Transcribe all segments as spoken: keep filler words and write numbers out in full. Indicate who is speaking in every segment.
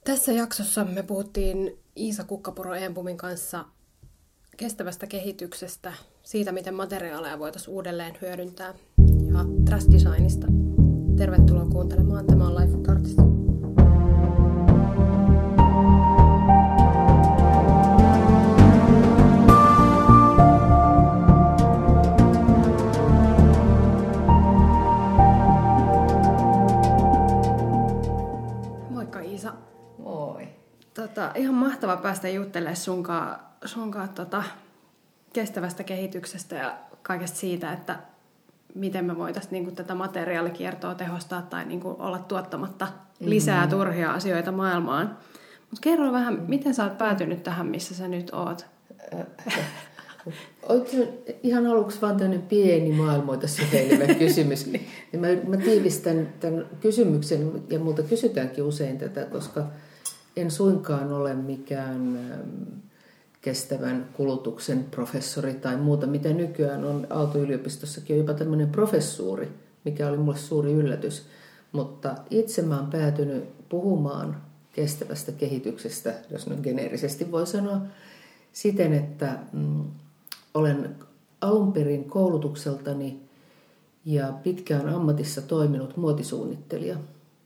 Speaker 1: Tässä jaksossa me puhuttiin Iisa Kukkapuro-Enbumin kanssa kestävästä kehityksestä, siitä miten materiaaleja voitaisiin uudelleen hyödyntää ja trash designista. Tervetuloa kuuntelemaan. Tämä on Life with Artist. Moikka Iisa.
Speaker 2: Moi.
Speaker 1: Tota, ihan mahtava päästä juttelemaan sunkaan, sunkaan tota, kestävästä kehityksestä ja kaikesta siitä, että miten me voitaisiin niinku tätä materiaalikiertoa tehostaa tai niinku olla tuottamatta lisää mm-hmm. turhia asioita maailmaan. Mut kerro vähän, mm-hmm. miten sä oot päätynyt tähän, missä sä nyt oot?
Speaker 2: Oletko ihan aluksi vaan tämmöinen pieni maailmoita syveilevä kysymys. Ja mä, mä tiivistän tämän kysymyksen, ja multa kysytäänkin usein tätä, koska en suinkaan ole mikään kestävän kulutuksen professori tai muuta, mitä nykyään on Aalto-yliopistossakin on jopa tämmöinen professuuri, mikä oli mulle suuri yllätys. Mutta itse mä oon päätynyt puhumaan kestävästä kehityksestä, jos nyt geneerisesti voi sanoa, siten, että mm, olen alun perin koulutukseltani ja pitkään ammatissa toiminut muotisuunnittelija.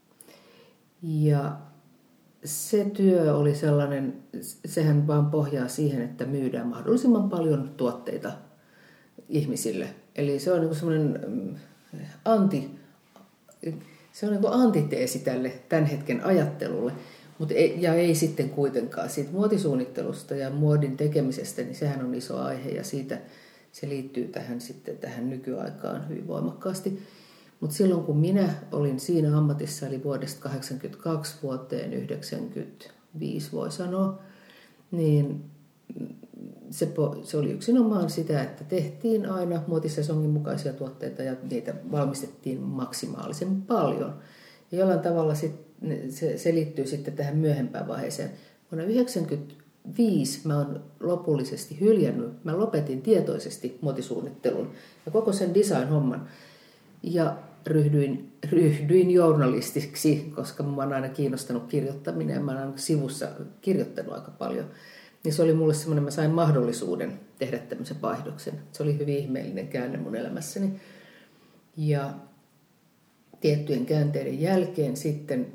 Speaker 2: Ja se työ oli sellainen, sehän vaan pohjaa siihen, että myydään mahdollisimman paljon tuotteita ihmisille. Eli se on niin kuin semmoinen anti, se on niin kuin antiteesi tälle tämän hetken ajattelulle. Mut ei, ja ei sitten kuitenkaan siitä muotisuunnittelusta ja muodin tekemisestä, niin sehän on iso aihe ja siitä se liittyy tähän, sitten, tähän nykyaikaan hyvin voimakkaasti. Mutta silloin kun minä olin siinä ammatissa, eli vuodesta kahdeksankymmentäkaksi vuoteen yhdeksänkymmentäviisi voi sanoa, niin se, se oli yksinomaan sitä, että tehtiin aina muotisesongin mukaisia tuotteita ja niitä valmistettiin maksimaalisen paljon. Ja jollain tavalla sit, se, se liittyy sitten tähän myöhempään vaiheeseen. Vuonna yhdeksänkymmentäviisi mä oon lopullisesti hyljännyt, mä lopetin tietoisesti muotisuunnittelun ja koko sen design-homman. Ja ryhdyin, ryhdyin journalistiksi, koska mä oon aina kiinnostanut kirjoittaminen ja mä oon aina sivussa kirjoittanut aika paljon. Niin se oli mulle semmoinen, mä sain mahdollisuuden tehdä tämmöisen vaihdoksen. Se oli hyvin ihmeellinen käänne mun elämässäni. Ja tiettyjen käänteiden jälkeen sitten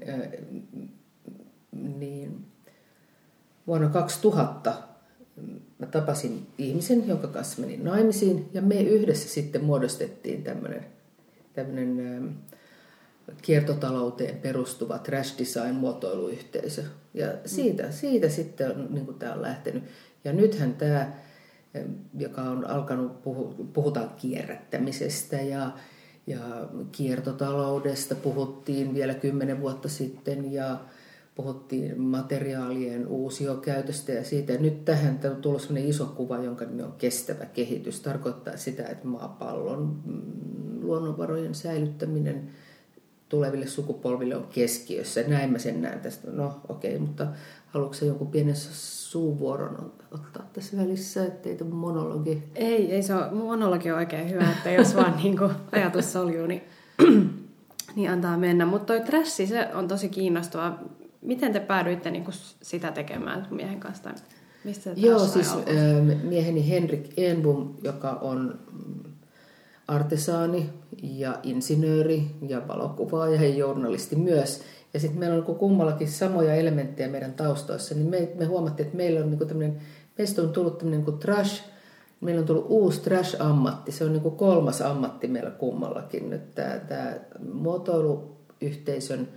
Speaker 2: niin vuonna kaksituhatta mä tapasin ihmisen, jonka kanssa menin naimisiin. Ja me yhdessä sitten muodostettiin tämmöinen tämmöinen kiertotalouteen perustuva trash design muotoiluyhteisö. Ja siitä, siitä sitten on, niin kuin tämä on lähtenyt. Ja nythän tämä, joka on alkanut, puhu, puhutaan kierrättämisestä ja, ja kiertotaloudesta, puhuttiin vielä kymmenen vuotta sitten ja puhuttiin materiaalien uusiokäytöstä ja siitä. Ja nyt tähän on tullut sellainen iso kuva, jonka nimi on kestävä kehitys. Tarkoittaa sitä, että maapallon luonnonvarojen säilyttäminen tuleville sukupolville on keskiössä. Näin mä sen näen tästä. No okei, okay, mutta haluatko sä jonkun pienen suuvuoron ottaa tässä välissä, ettei tämä monologi?
Speaker 1: Ei, ei se ole, monologi on oikein hyvä, että jos vaan niin kuin ajatus soljuu, niin, niin antaa mennä. Mutta toi trashi, se on tosi kiinnostavaa. Miten te päädyitte niin kuin sitä tekemään miehen kanssa? Tai mistä
Speaker 2: Joo, siis äh, mieheni Henrik Enbum, joka on artesaani ja insinööri ja valokuvaaja ja journalisti myös. Ja sitten meillä on kummallakin samoja elementtejä meidän taustoissa. Niin me, me huomattiin, että meillä on niinku tämmöinen, meistä on tullut tämmöinen niinku trash, meillä on tullut uusi trash-ammatti. Se on niinku kolmas ammatti meillä kummallakin. Nyt tämä, tämä muotoiluyhteisön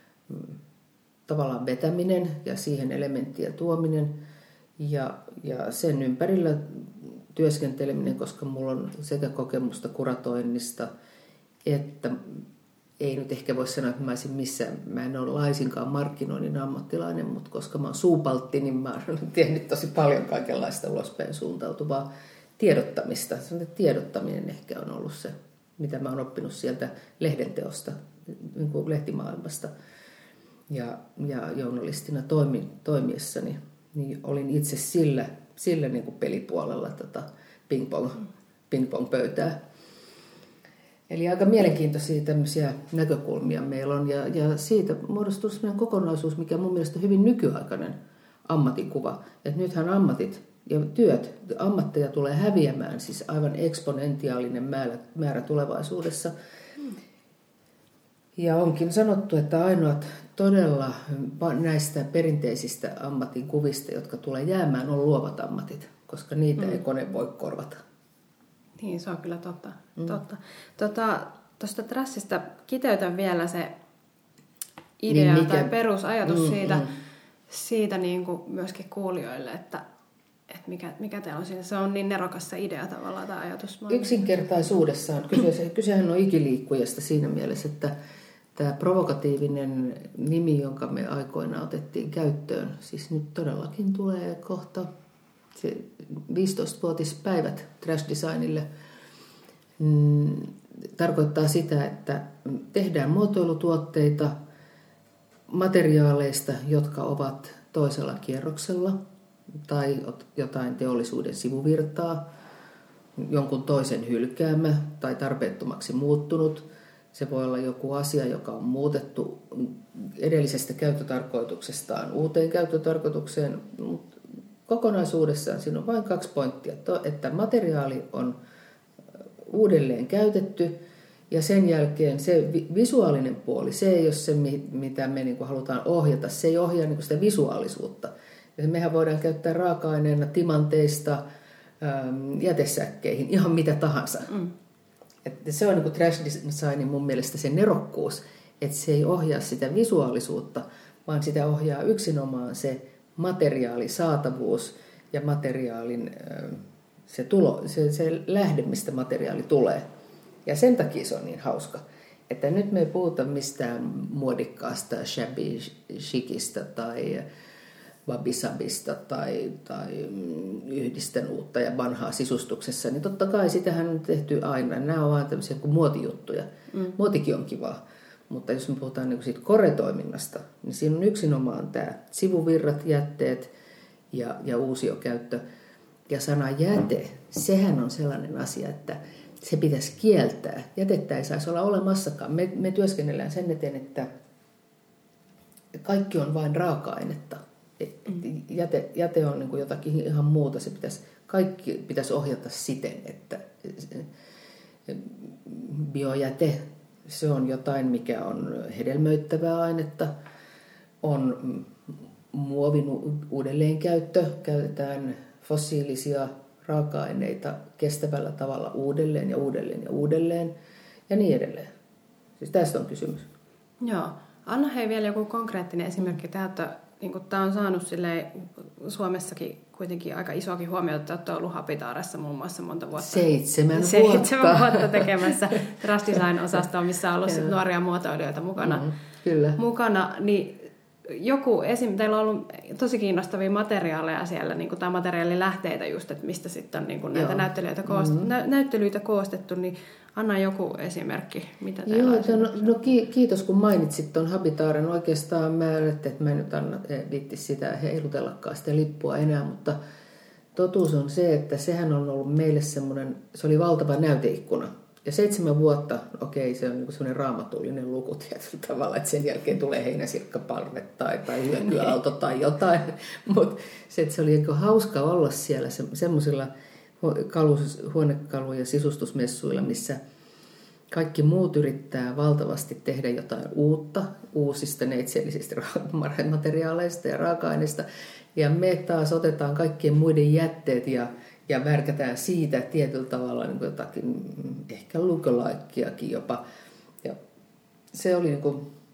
Speaker 2: tavallaan vetäminen ja siihen elementtien tuominen ja, ja sen ympärillä työskenteleminen, koska mulla on sekä kokemusta kuratoinnista, että ei nyt ehkä voi sanoa, että mä olisin missään, mä en ole laisinkaan markkinoinnin ammattilainen, mutta koska mä oon suupaltti, niin mä oon tehnyt tosi paljon kaikenlaista ulospäin suuntautuvaa tiedottamista. Sellainen tiedottaminen ehkä on ollut se, mitä mä oon oppinut sieltä lehdenteosta, niin kuin lehtimaailmasta. Ja, ja journalistina toimi, toimiessani, niin olin itse sillä, sillä niin kuin pelipuolella tota ping-pong, ping-pong-pöytää. Eli aika mielenkiintoisia tämmöisiä näkökulmia meillä on, ja, ja siitä muodostuu sellainen kokonaisuus, mikä on mun mielestä hyvin nykyaikainen ammatikuva. Että nythän ammatit ja työt, ammatteja tulee häviämään, siis aivan eksponentiaalinen määrä, määrä tulevaisuudessa. Ja onkin sanottu, että ainoat todella näistä perinteisistä ammatikuvista, jotka tulee jäämään, on luovat ammatit, koska niitä mm. ei kone voi korvata.
Speaker 1: Niin, se on kyllä totta. Mm. totta. Tuosta tota, Trashista kiteytän vielä se idea niin, mikä... tai perusajatus mm, siitä, mm. siitä niin kuin myöskin kuulijoille, että, että mikä, mikä teillä on siinä. Se on niin nerokas se idea tavallaan tai ajatus.
Speaker 2: Yksinkertaisuudessaan. Kyse, kysehän on ikiliikkujasta siinä mielessä, että tämä provokatiivinen nimi, jonka me aikoinaan otettiin käyttöön, siis nyt todellakin tulee kohta se viisitoistavuotispäivät trash designille, mm, tarkoittaa sitä, että tehdään muotoilutuotteita materiaaleista, jotka ovat toisella kierroksella tai jotain teollisuuden sivuvirtaa, jonkun toisen hylkäämä tai tarpeettomaksi muuttunut. Se voi olla joku asia, joka on muutettu edellisestä käyttötarkoituksestaan uuteen käyttötarkoitukseen, mutta kokonaisuudessaan siinä on vain kaksi pointtia, että materiaali on uudelleen käytetty ja sen jälkeen se visuaalinen puoli, se ei ole se, mitä me niin kuin halutaan ohjata, se ei ohjaa niin kuin sitä visuaalisuutta. Ja mehän voidaan käyttää raaka-aineena timanteista jätesäkkeihin, ihan mitä tahansa. Mm. Että se on niin kuin trash designin mun mielestä se nerokkuus, että se ei ohjaa sitä visuaalisuutta, vaan sitä ohjaa yksinomaan se materiaalisaatavuus ja materiaalin se, tulo, se, se lähde, mistä materiaali tulee. Ja sen takia se on niin hauska, että nyt me ei puhuta mistään muodikkaasta shabby chicistä tai wabisabista tai, tai yhdistänuutta ja vanhaa sisustuksessa, niin totta kai sitähän on tehty aina. Nämä on vain tämmöisiä kuin muotijuttuja. Mm. Muotikin on kivaa. Mutta jos me puhutaan niin siitä core-toiminnasta, niin siinä on yksinomaan tämä sivuvirrat, jätteet ja, ja uusiokäyttö. Ja sana jäte, sehän on sellainen asia, että se pitäisi kieltää. Jätettä ei saisi olla olemassakaan. Me, me työskennellään sen eteen, että kaikki on vain raaka-ainetta. Jäte, jäte on niin kuin jotakin ihan muuta. Se pitäisi, kaikki pitäisi ohjata siten, että biojäte, se on jotain, mikä on hedelmöittävää ainetta, on muovin uudelleenkäyttö, käytetään fossiilisia raaka-aineita kestävällä tavalla uudelleen ja uudelleen ja uudelleen ja niin edelleen. Siis tästä on kysymys.
Speaker 1: Joo. Anna hei vielä joku konkreettinen esimerkki täältä. Niin tämä on saanut silleen, Suomessakin kuitenkin aika isoakin huomiota, että on ollut Habitaaressa muun muassa monta vuotta.
Speaker 2: Seitsemän vuotta.
Speaker 1: Seitsemän vuotta tekemässä trash design-osastoa, missä on ollut sit nuoria muotoilijoita mukana.
Speaker 2: Mm, kyllä.
Speaker 1: mukana niin joku, esim. Teillä on ollut tosi kiinnostavia materiaaleja siellä, niin tai materiaalilähteitä just, että mistä sitten on niin näitä näyttelyitä, koost- mm-hmm. nä- näyttelyitä koostettu, niin anna joku esimerkki, mitä teillä
Speaker 2: Joo, on. No, no kiitos kun mainitsit tuon Habitaaren. Oikeastaan mä ajattelin, että mä en nyt anna viitti sitä heilutellakaan sitä lippua enää, mutta totuus on se, että sehän on ollut meille semmoinen, se oli valtava näyteikkuna. Ja seitsemän vuotta, okei, se on niin semmoinen raamatullinen luku tietyllä tavalla, että sen jälkeen tulee heinäsirkkapalvet tai, tai hyökyaalto tai jotain. Mutta se, että se oli hauska olla siellä se, semmoisilla huonekalu- ja sisustusmessuilla, missä kaikki muut yrittää valtavasti tehdä jotain uutta, uusista neitseellisistä materiaaleista ja raaka-aineista. Ja me taas otetaan kaikkien muiden jätteet ja Ja värkätään siitä tietyllä tavalla niin kuin jotakin, ehkä lookalikeakin jopa. Ja se oli niin kuin,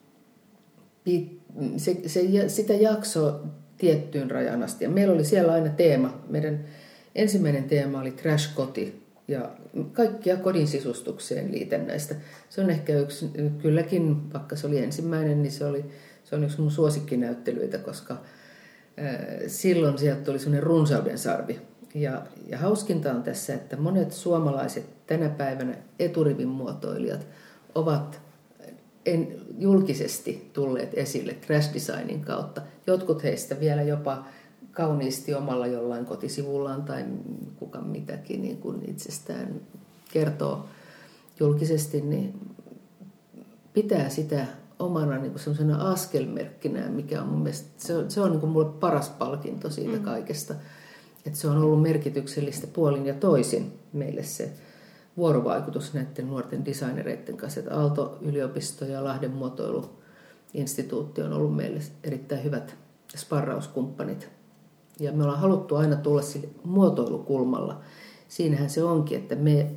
Speaker 2: se, se, sitä jaksoa tiettyyn rajan asti. Ja meillä oli siellä aina teema. Meidän ensimmäinen teema oli trash-koti ja kaikkia kodin sisustukseen liitännäistä. Se on ehkä yksi, kylläkin, vaikka se oli ensimmäinen, niin se, oli, se on yksi mun suosikkinäyttelyitä, koska äh, silloin sieltä tuli sellainen runsauden sarvi. Ja, ja hauskinta on tässä, että monet suomalaiset tänä päivänä eturivin muotoilijat ovat en, julkisesti tulleet esille trash designin kautta. Jotkut heistä vielä jopa kauniisti omalla jollain kotisivullaan tai kuka mitäkin niin kuin itsestään kertoo. julkisesti, niin pitää sitä omana niin kuin sellaisena askelmerkkinä, mikä on mun mielestä, se on, se on niin kuin mulle paras palkinto siitä mm. kaikesta. Että se on ollut merkityksellistä puolin ja toisin meille se vuorovaikutus näiden nuorten designereiden kanssa. Että Aalto-yliopisto ja Lahden muotoiluinstituutti on ollut meille erittäin hyvät sparrauskumppanit. Ja me ollaan haluttu aina tulla sille muotoilukulmalla. Siinähän se onkin, että me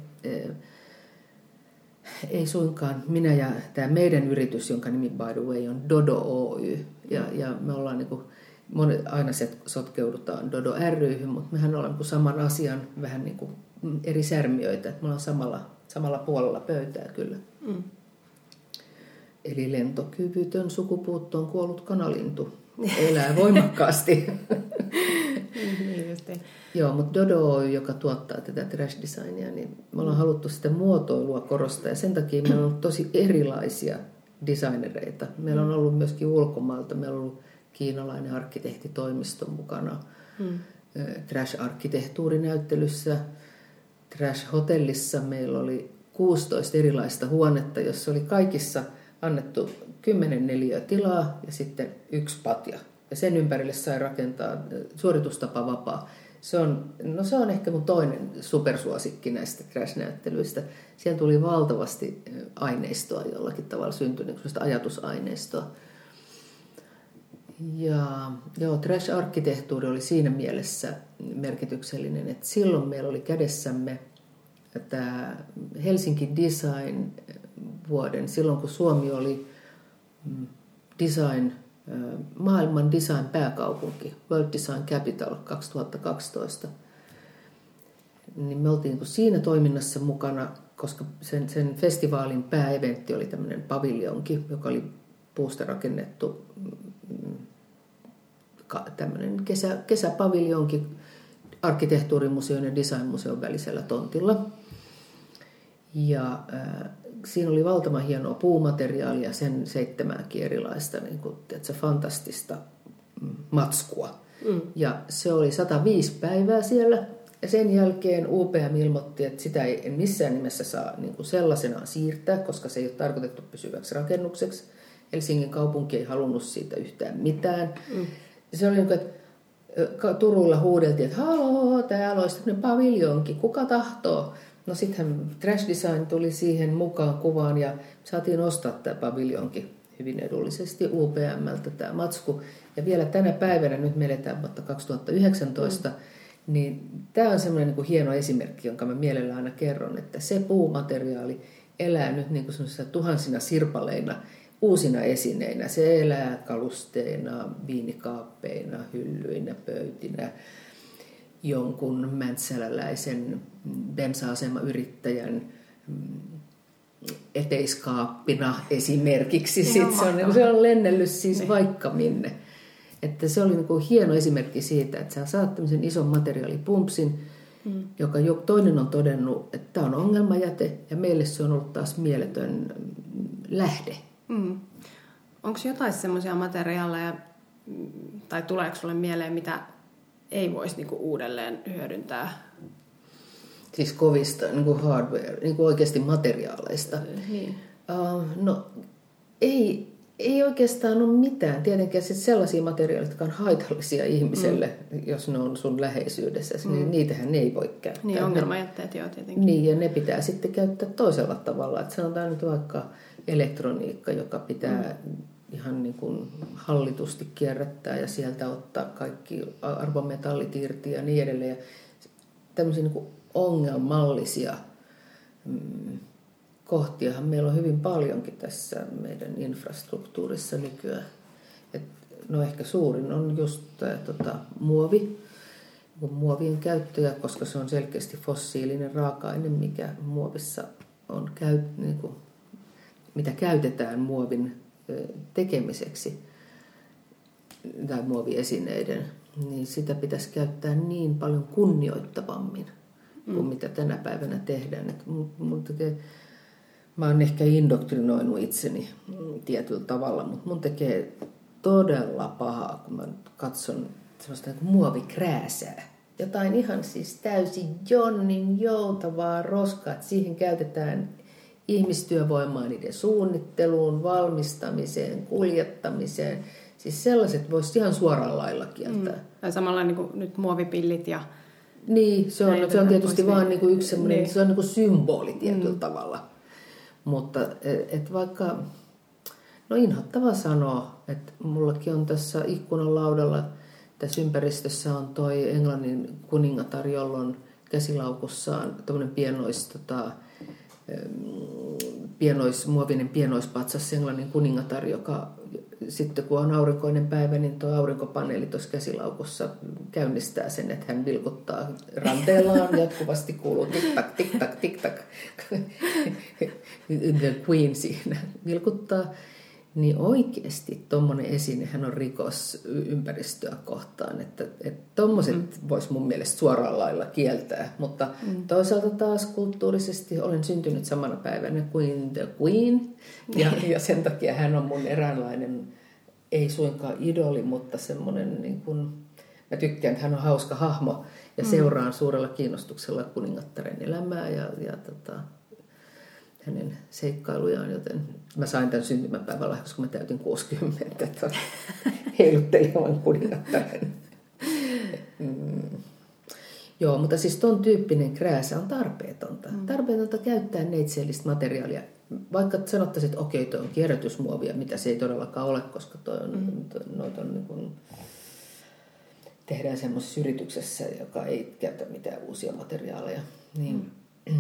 Speaker 2: ei suinkaan minä ja tämä meidän yritys, jonka nimi by the way on Dodo Oy. Ja, ja me ollaan niin kuin, monet, aina se sotkeudutaan Dodo ry:hyn, mutta mehän ollaan niin saman asian vähän niin kuin eri särmiöitä. Että me ollaan samalla, samalla puolella pöytää kyllä. Mm. Eli lentokyvytön sukupuuttoon kuollut kanalintu elää voimakkaasti. Joo, mutta Dodo Oy, joka tuottaa tätä trash designia, niin me ollaan haluttu sitä muotoilua korostaa. Ja sen takia meillä on ollut tosi erilaisia designereita. Meillä on ollut myöskin ulkomailta. Meillä on ollut kiinalainen arkkitehtitoimisto mukana. Hmm. Trash-arkkitehtuurinäyttelyssä, Trash-hotellissa meillä oli kuusitoista erilaista huonetta, jossa oli kaikissa annettu kymmenen neliöä tilaa ja sitten yksi patja. Ja sen ympärille sai rakentaa suoritustapa vapaa. Se on, no se on ehkä mun toinen supersuosikki näistä trash-näyttelyistä. Siellä tuli valtavasti aineistoa jollakin tavalla syntynyt, sellaista ajatusaineistoa. Ja joo, trash-arkkitehtuuri oli siinä mielessä merkityksellinen, että silloin meillä oli kädessämme tämä Helsinki Design vuoden, silloin kun Suomi oli design, maailman design-pääkaupunki, World Design Capital kaksituhattakaksitoista. Niin me oltiin siinä toiminnassa mukana, koska sen, sen festivaalin pääeventti oli tämmöinen paviljonki, joka oli puusta rakennettu tämmöinen kesä, kesäpaviljonki arkkitehtuurimuseon ja designmuseon välisellä tontilla. Ja äh, siinä oli valtavan hienoa puumateriaalia, sen seitsemääkin erilaista niin kuin, tiedätkö, fantastista matskua. Mm. Ja se oli sata viisi päivää siellä. Ja sen jälkeen U P M ilmoitti, että sitä ei missään nimessä saa niin kuin sellaisenaan siirtää, koska se ei ole tarkoitettu pysyväksi rakennukseksi. Helsingin kaupunki ei halunnut siitä yhtään mitään. Mm. Se oli niin kuin, että Turulla huudeltiin, että haloo, täällä olisi tämmöinen paviljonki, kuka tahtoo? No sittenhän Trash Design tuli siihen mukaan kuvaan ja saatiin ostaa tämä paviljonki hyvin edullisesti U P M:ltä tämä matsku. Ja vielä tänä päivänä, nyt me eletään vuotta kaksituhattayhdeksäntoista, mm. niin tämä on semmoinen niin kuin hieno esimerkki, jonka mä mielellään aina kerron, että se puumateriaali elää nyt niin kuin semmoisena tuhansina sirpaleina, uusina esineinä. Se elää kalusteina, viinikaappeina, hyllyinä, pöytinä, jonkun mäntsäläläisen bensa-asemayrittäjän eteiskaappina esimerkiksi. Sitten se, on, se on lennellyt siis vaikka minne. Että se oli niin kuin hieno esimerkki siitä, että sä saat tämmöisen ison materiaalipumpsin, mm. joka jo toinen on todennut, että tämä on ongelmajäte ja meille se on ollut taas mieletön lähde. Mm.
Speaker 1: Onko jotain semmoisia materiaaleja, tai tuleeko sulle mieleen, mitä ei voisi niinku uudelleen hyödyntää?
Speaker 2: Siis kovista niinku hardware, niinku oikeasti materiaaleista.
Speaker 1: Niin.
Speaker 2: Uh, no ei, ei oikeastaan ole mitään. Tietenkään siis sellaisia materiaaleja, jotka on haitallisia ihmiselle, mm. jos ne on sun läheisyydessä, mm. niin niitähän ei voi käyttää.
Speaker 1: Niin, ongelmajätteet joo tietenkin.
Speaker 2: Niin, ja ne pitää sitten käyttää toisella tavalla. Että sanotaan nyt vaikka elektroniikka, joka pitää mm. ihan niin kuin hallitusti kierrättää ja sieltä ottaa kaikki arvometallit irti ja niin edelleen. Tämmöisiä niin kuin ongelmallisia mm, kohtiahan meillä on hyvin paljonkin tässä meidän infrastruktuurissa nykyään. Et, no ehkä suurin on just tämä tota, muovi, muovien käyttöä, koska se on selkeästi fossiilinen raaka-aine, mikä muovissa on käy, niin kuin, mitä käytetään muovin tekemiseksi tai muoviesineiden, niin sitä pitäisi käyttää niin paljon kunnioittavammin kuin mm. mitä tänä päivänä tehdään. Et mun tekee, mä oon ehkä indoktrinoinut itseni tietyllä tavalla, mutta mun tekee todella pahaa, kun mä katson sellaista niin kuin muovikrääsää. Jotain ihan siis täysin jonnin joutavaa roskaa, että siihen käytetään ihmistyövoimaa niiden suunnitteluun, valmistamiseen, kuljettamiseen. Siis sellaiset voisi ihan suoraan lailla kieltää. Mm.
Speaker 1: Ja samalla niin kuin nyt muovipillit ja...
Speaker 2: Niin, se on, se on tietysti vaan niin kuin yksi semmoinen, niin. Se on niin kuin symboli tietyllä mm. tavalla. Mutta et, et vaikka, no inhottava sanoa, että mullakin on tässä ikkunan laudalla, tässä ympäristössä on toi Englannin kuningatar, jolla on käsilaukussaan tämmöinen pienois, tota, pienois, muovinen pienoispatsas Englannin kuningatar, joka sitten kun on aurinkoinen päivä, niin tuo aurinkopaneeli tuossa käsilaukussa käynnistää sen, että hän vilkuttaa ranteellaan, jatkuvasti kuuluu tik-tak, tik-tak, tik-tak. The Queen siinä vilkuttaa. Niin oikeasti tuommoinen esinehän on rikos ympäristöä kohtaan, että tuommoiset mm. voisi mun mielestä suoraan lailla kieltää, mutta mm. toisaalta taas kulttuurisesti olen syntynyt samana päivänä kuin The Queen, ja, ja sen takia hän on mun eräänlainen, ei suinkaan idoli, mutta semmoinen, niin kuin, mä tykkään, että hän on hauska hahmo, ja mm. seuraan suurella kiinnostuksella kuningattaren elämää, ja, ja tota, hänen seikkailujaan, joten mä sain tämän syntymäpäivän lahjaksi, kun mä täytin kuusikymmentä, että heiluttelevan kuningattaren. Mm. Joo, mutta siis ton tyyppinen krääsä on tarpeetonta. Mm. Tarpeetonta käyttää neitseellistä materiaalia. Vaikka sanottaisiin, että okei, toi on kierrätysmuovia, mitä se ei todellakaan ole, koska toi on, mm. toi, noita on niin kuin, tehdään semmoisessa yrityksessä, joka ei käytä mitään uusia materiaaleja. Niin, mm.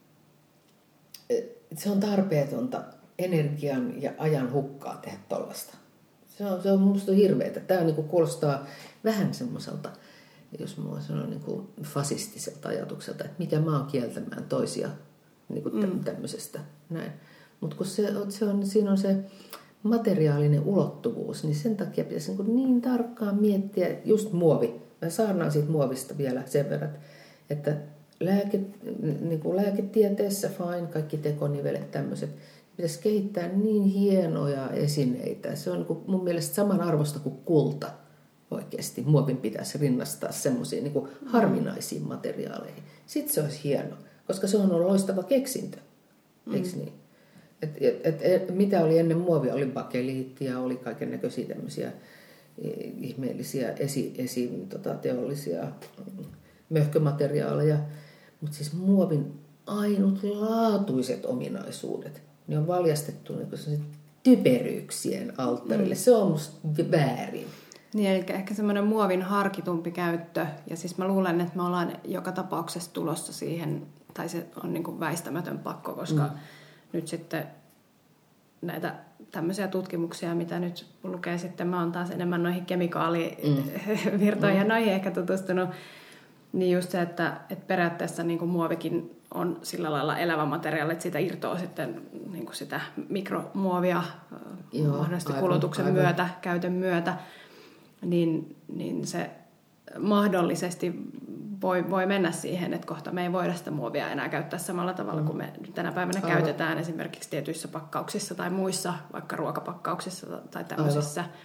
Speaker 2: Se on tarpeetonta energian ja ajan hukkaa tehdä tollaista. Se on, se on musta hirveetä. Tämä on, niin kuin, kuulostaa vähän semmoiselta, jos mulla sanoo niin kuin fasistiselta ajatukselta, että mikä mä oon kieltämään toisia niin kuin mm. tämmöisestä. Mutta kun se, se on, siinä on se materiaalinen ulottuvuus, niin sen takia pitäisi niin, niin tarkkaan miettiä just muovi. Mä saarnaan siitä muovista vielä sen verran, että Lääke, niin kuin lääketieteessä, fine, kaikki tekonivelet tämmöiset, pitäisi kehittää niin hienoja esineitä. Se on niin kuin mun mielestä saman arvosta kuin kulta oikeasti. Muovin pitäisi rinnastaa semmoisiin niin kuin harvinaisiin materiaaleihin. Sitten se olisi hieno, koska se on loistava keksintö. Mm. Eikö niin? Et, et, et, et, mitä oli ennen muovia? Oli bakeliittia, oli kaiken näköisiä tämmöisiä ihmeellisiä esi, esi, tota, teollisia möhkömateriaaleja. Mutta siis muovin ainutlaatuiset ominaisuudet, ne on valjastettu niin typeryyksien alttarille. Mm. Se on musta väärin.
Speaker 1: Niin, eli ehkä semmoinen muovin harkitumpi käyttö. Ja siis mä luulen, että me ollaan joka tapauksessa tulossa siihen, tai se on niin kuin väistämätön pakko, koska mm. nyt sitten näitä tämmöisiä tutkimuksia, mitä nyt lukee sitten, mä oon taas enemmän noihin kemikaalivirtoihin mm. ja noihin ehkä tutustunut. Niin just se, että, että periaatteessa niin kuin muovikin on sillä lailla elävä materiaali, että siitä irtoaa sitten niin kuin sitä mikromuovia Joo, mahdollisesti aivan, kulutuksen aivan. myötä, käytön myötä, niin, niin se mahdollisesti voi, voi mennä siihen, että kohta me ei voida sitä muovia enää käyttää samalla tavalla mm. kuin me tänä päivänä aivan. käytetään esimerkiksi tietyissä pakkauksissa tai muissa, vaikka ruokapakkauksissa tai tämmöisissä. Aivan.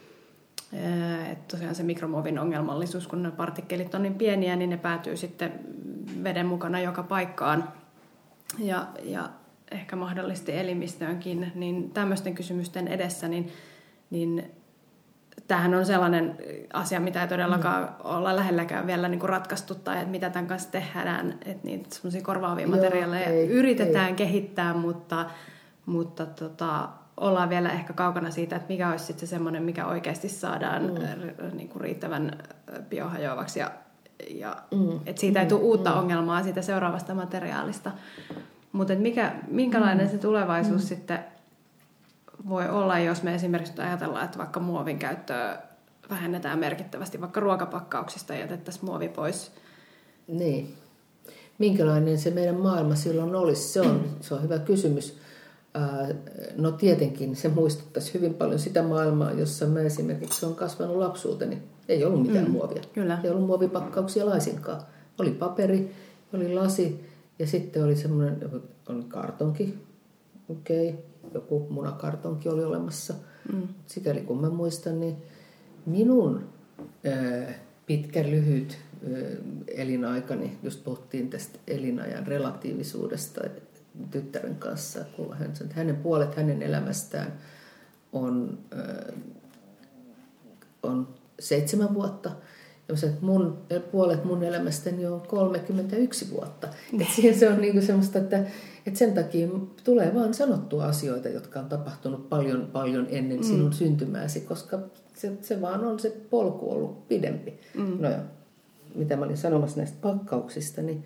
Speaker 1: Että tosiaan se mikromuovin ongelmallisuus, kun ne partikkelit on niin pieniä, niin ne päätyy sitten veden mukana joka paikkaan ja, ja ehkä mahdollisesti elimistöönkin. Niin tämmöisten kysymysten edessä, niin, niin tämähän on sellainen asia, mitä ei todellakaan mm. olla lähelläkään vielä niin kuin ratkaistu tai että mitä tämän kanssa tehdään. Että niitä semmoisia korvaavia Joo, materiaaleja ei, yritetään ei. kehittää, mutta, mutta tota, ollaan vielä ehkä kaukana siitä, että mikä olisi sitten semmoinen, mikä oikeasti saadaan mm. niin kuin riittävän biohajoavaksi ja, ja mm. että siitä ei tule uutta mm. ongelmaa siitä seuraavasta materiaalista. Mutta mikä, minkälainen mm. se tulevaisuus mm. sitten voi olla, jos me esimerkiksi ajatellaan, että vaikka muovin käyttöä vähennetään merkittävästi, vaikka ruokapakkauksista jätettäisiin muovi pois.
Speaker 2: Niin. Minkälainen se meidän maailma silloin olisi? Se on, se on hyvä kysymys. No tietenkin se muistuttaisi hyvin paljon sitä maailmaa, jossa mä esimerkiksi olen kasvanut lapsuuteni. Ei ollut mitään mm, muovia.
Speaker 1: Kyllä.
Speaker 2: Ei ollut muovipakkauksia laisinkaan. Oli paperi, oli lasi ja sitten oli semmoinen oli kartonki. Okei, okay. Joku munakartonki oli olemassa. Mm. Sikäli kun mä muistan, niin minun ää, pitkä lyhyt ää, elinaikani, just puhuttiin tästä elinajan relatiivisuudesta, tyttären kanssa, kun hän, hänen puolet hänen elämästään on, on seitsemän vuotta. Ja mä sanoin, että mun, puolet mun elämästäni on kolmekymmentäyksi vuotta. Et siihen se on niinku semmoista, että, että sen takia tulee vaan sanottua asioita, jotka on tapahtunut paljon, paljon ennen mm. sinun syntymääsi, koska se, se vaan on se polku ollut pidempi. Mm. No joo, mitä mä olin sanomassa näistä pakkauksista, niin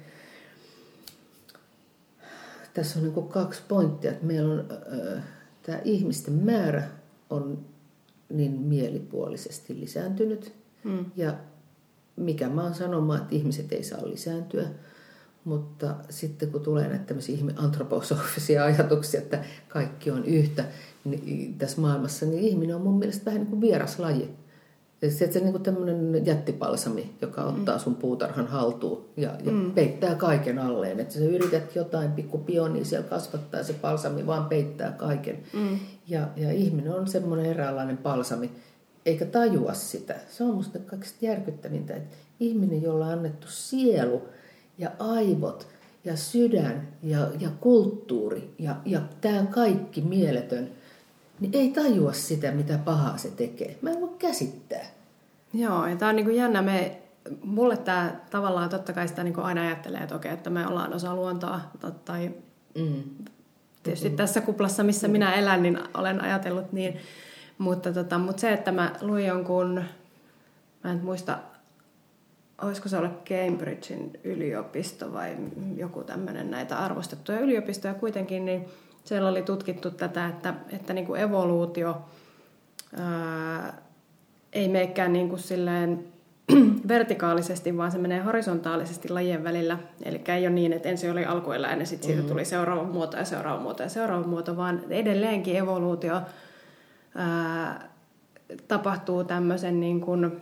Speaker 2: tässä on niinku kaksi pointtia, että meillä on äh, tämä ihmisten määrä on niin mielipuolisesti lisääntynyt mm. ja mikä mä oon sanomaan, että ihmiset ei saa lisääntyä, mutta sitten kun tulee näitä tämmöisiä antroposofisia ajatuksia, että kaikki on yhtä niin tässä maailmassa, niin ihminen on mun mielestä vähän niin kuin vieras laji. Se on niin kuin tämmöinen jättipalsami, joka ottaa sun puutarhan haltuun ja, ja mm. peittää kaiken alleen. Että sä yrität jotain pikku pionia siellä kasvattaa ja se palsami vaan peittää kaiken. Mm. Ja, ja ihminen on semmoinen eräänlainen palsami, eikä tajua sitä. Se on musta kaikista järkyttävintä, että ihminen, jolla on annettu sielu ja aivot ja sydän ja, ja kulttuuri ja, ja tämä kaikki mieletön, niin ei tajua sitä, mitä pahaa se tekee. Mä en voi käsittää.
Speaker 1: Joo, ja tämä on niin kuin jännä. Me, mulle tämä tavallaan totta kai sitä niin kuin aina ajattelee, että okei, että me ollaan osa luontoa. Tai mm. tietysti mm. tässä kuplassa, missä mm. minä elän, niin olen ajatellut niin. Mutta, tota, mutta se, että mä luin jonkun, mä en muista, olisiko se ollut Cambridgein yliopisto vai joku tämmöinen näitä arvostettuja yliopistoja kuitenkin, niin siellä oli tutkittu tätä, että, että niin kuin evoluutio ää, ei meekään niin kuin silleen vertikaalisesti, vaan se menee horisontaalisesti lajien välillä. Eli ei ole niin, että ensin oli alkueläin ja sitten siitä tuli seuraava muoto ja seuraava muoto ja seuraava muoto, vaan edelleenkin evoluutio ää, tapahtuu tämmöisen niin kuin,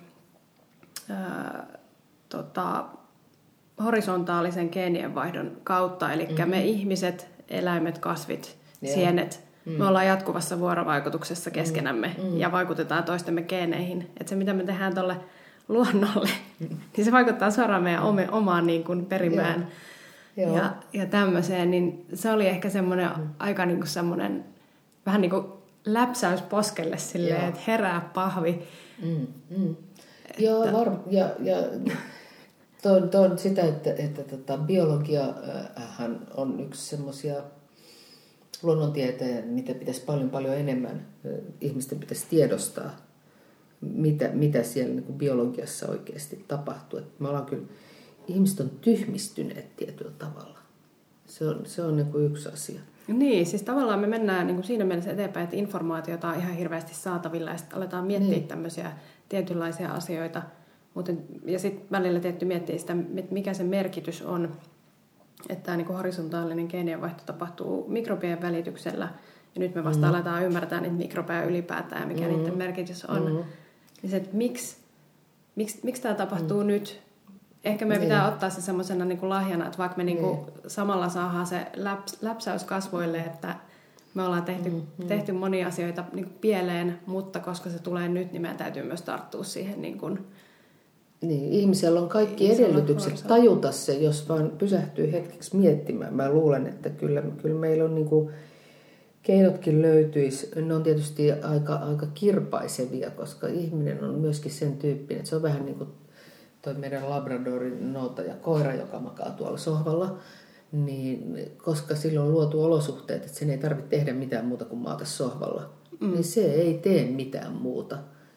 Speaker 1: ää, tota, horisontaalisen geenienvaihdon kautta. Eli mm-hmm. me ihmiset, eläimet, kasvit, yeah. sienet, mm. me ollaan jatkuvassa vuorovaikutuksessa keskenämme mm. ja vaikutetaan toistemme geeneihin. Että se, mitä me tehdään tuolle luonnolle, mm. niin se vaikuttaa suoraan meidän mm. omaan niin kuin perimään yeah. ja, ja tämmöiseen. Niin se oli ehkä semmoinen mm. aika niin kuin semmoinen vähän niin kuin läpsäys poskelle silleen, yeah. että herää pahvi.
Speaker 2: Mm. Mm. Että... Joo, var... ja... ja... Tuon, tuon sitä, että, että tota, biologiahan on yksi semmoisia luonnontieteen, mitä pitäisi paljon paljon enemmän ihmisten pitäisi tiedostaa, mitä, mitä siellä niin kuin biologiassa oikeasti tapahtuu. Että me ollaan kyllä, ihmiset on tyhmistyneet tietyllä tavalla. Se on, se on niin kuin yksi asia.
Speaker 1: Niin, siis tavallaan me mennään niin kuin siinä mielessä eteenpäin, että informaatiota on ihan hirveästi saatavilla ja sitten aletaan miettiä niin. tämmöisiä tietynlaisia asioita. Ja sitten välillä tietty miettii sitä, mikä se merkitys on, että tämä niinku horisontaalinen geenienvaihto tapahtuu mikrobien välityksellä. Ja nyt me vasta mm. aletaan ymmärtää niitä mikrobeja ylipäätään ja mikä mm. niiden merkitys on. Mm. Niin se, että miksi, miksi, miksi tämä tapahtuu mm. nyt? Ehkä me pitää mm. ottaa se semmoisena niinku lahjana, että vaikka me niinku mm. samalla saadaan se läps, läpsäys kasvoille, että me ollaan tehty, mm. tehty monia asioita niinku pieleen, mutta koska se tulee nyt, niin meidän täytyy myös tarttua siihen niinku
Speaker 2: niin, ihmisellä on kaikki edellytykset tajuta se, jos vaan pysähtyy hetkeksi miettimään. Mä luulen, että kyllä, kyllä meillä on niin kuin, keinotkin löytyisi. Ne on tietysti aika, aika kirpaisevia, koska ihminen on myöskin sen tyyppinen. Että se on vähän niin kuin toi meidän labradorin noutaja koira, joka makaa tuolla sohvalla. Niin, koska sillä on luotu olosuhteet, että sen ei tarvitse tehdä mitään muuta kuin maata sohvalla. Mm. Niin se ei tee mitään muuta.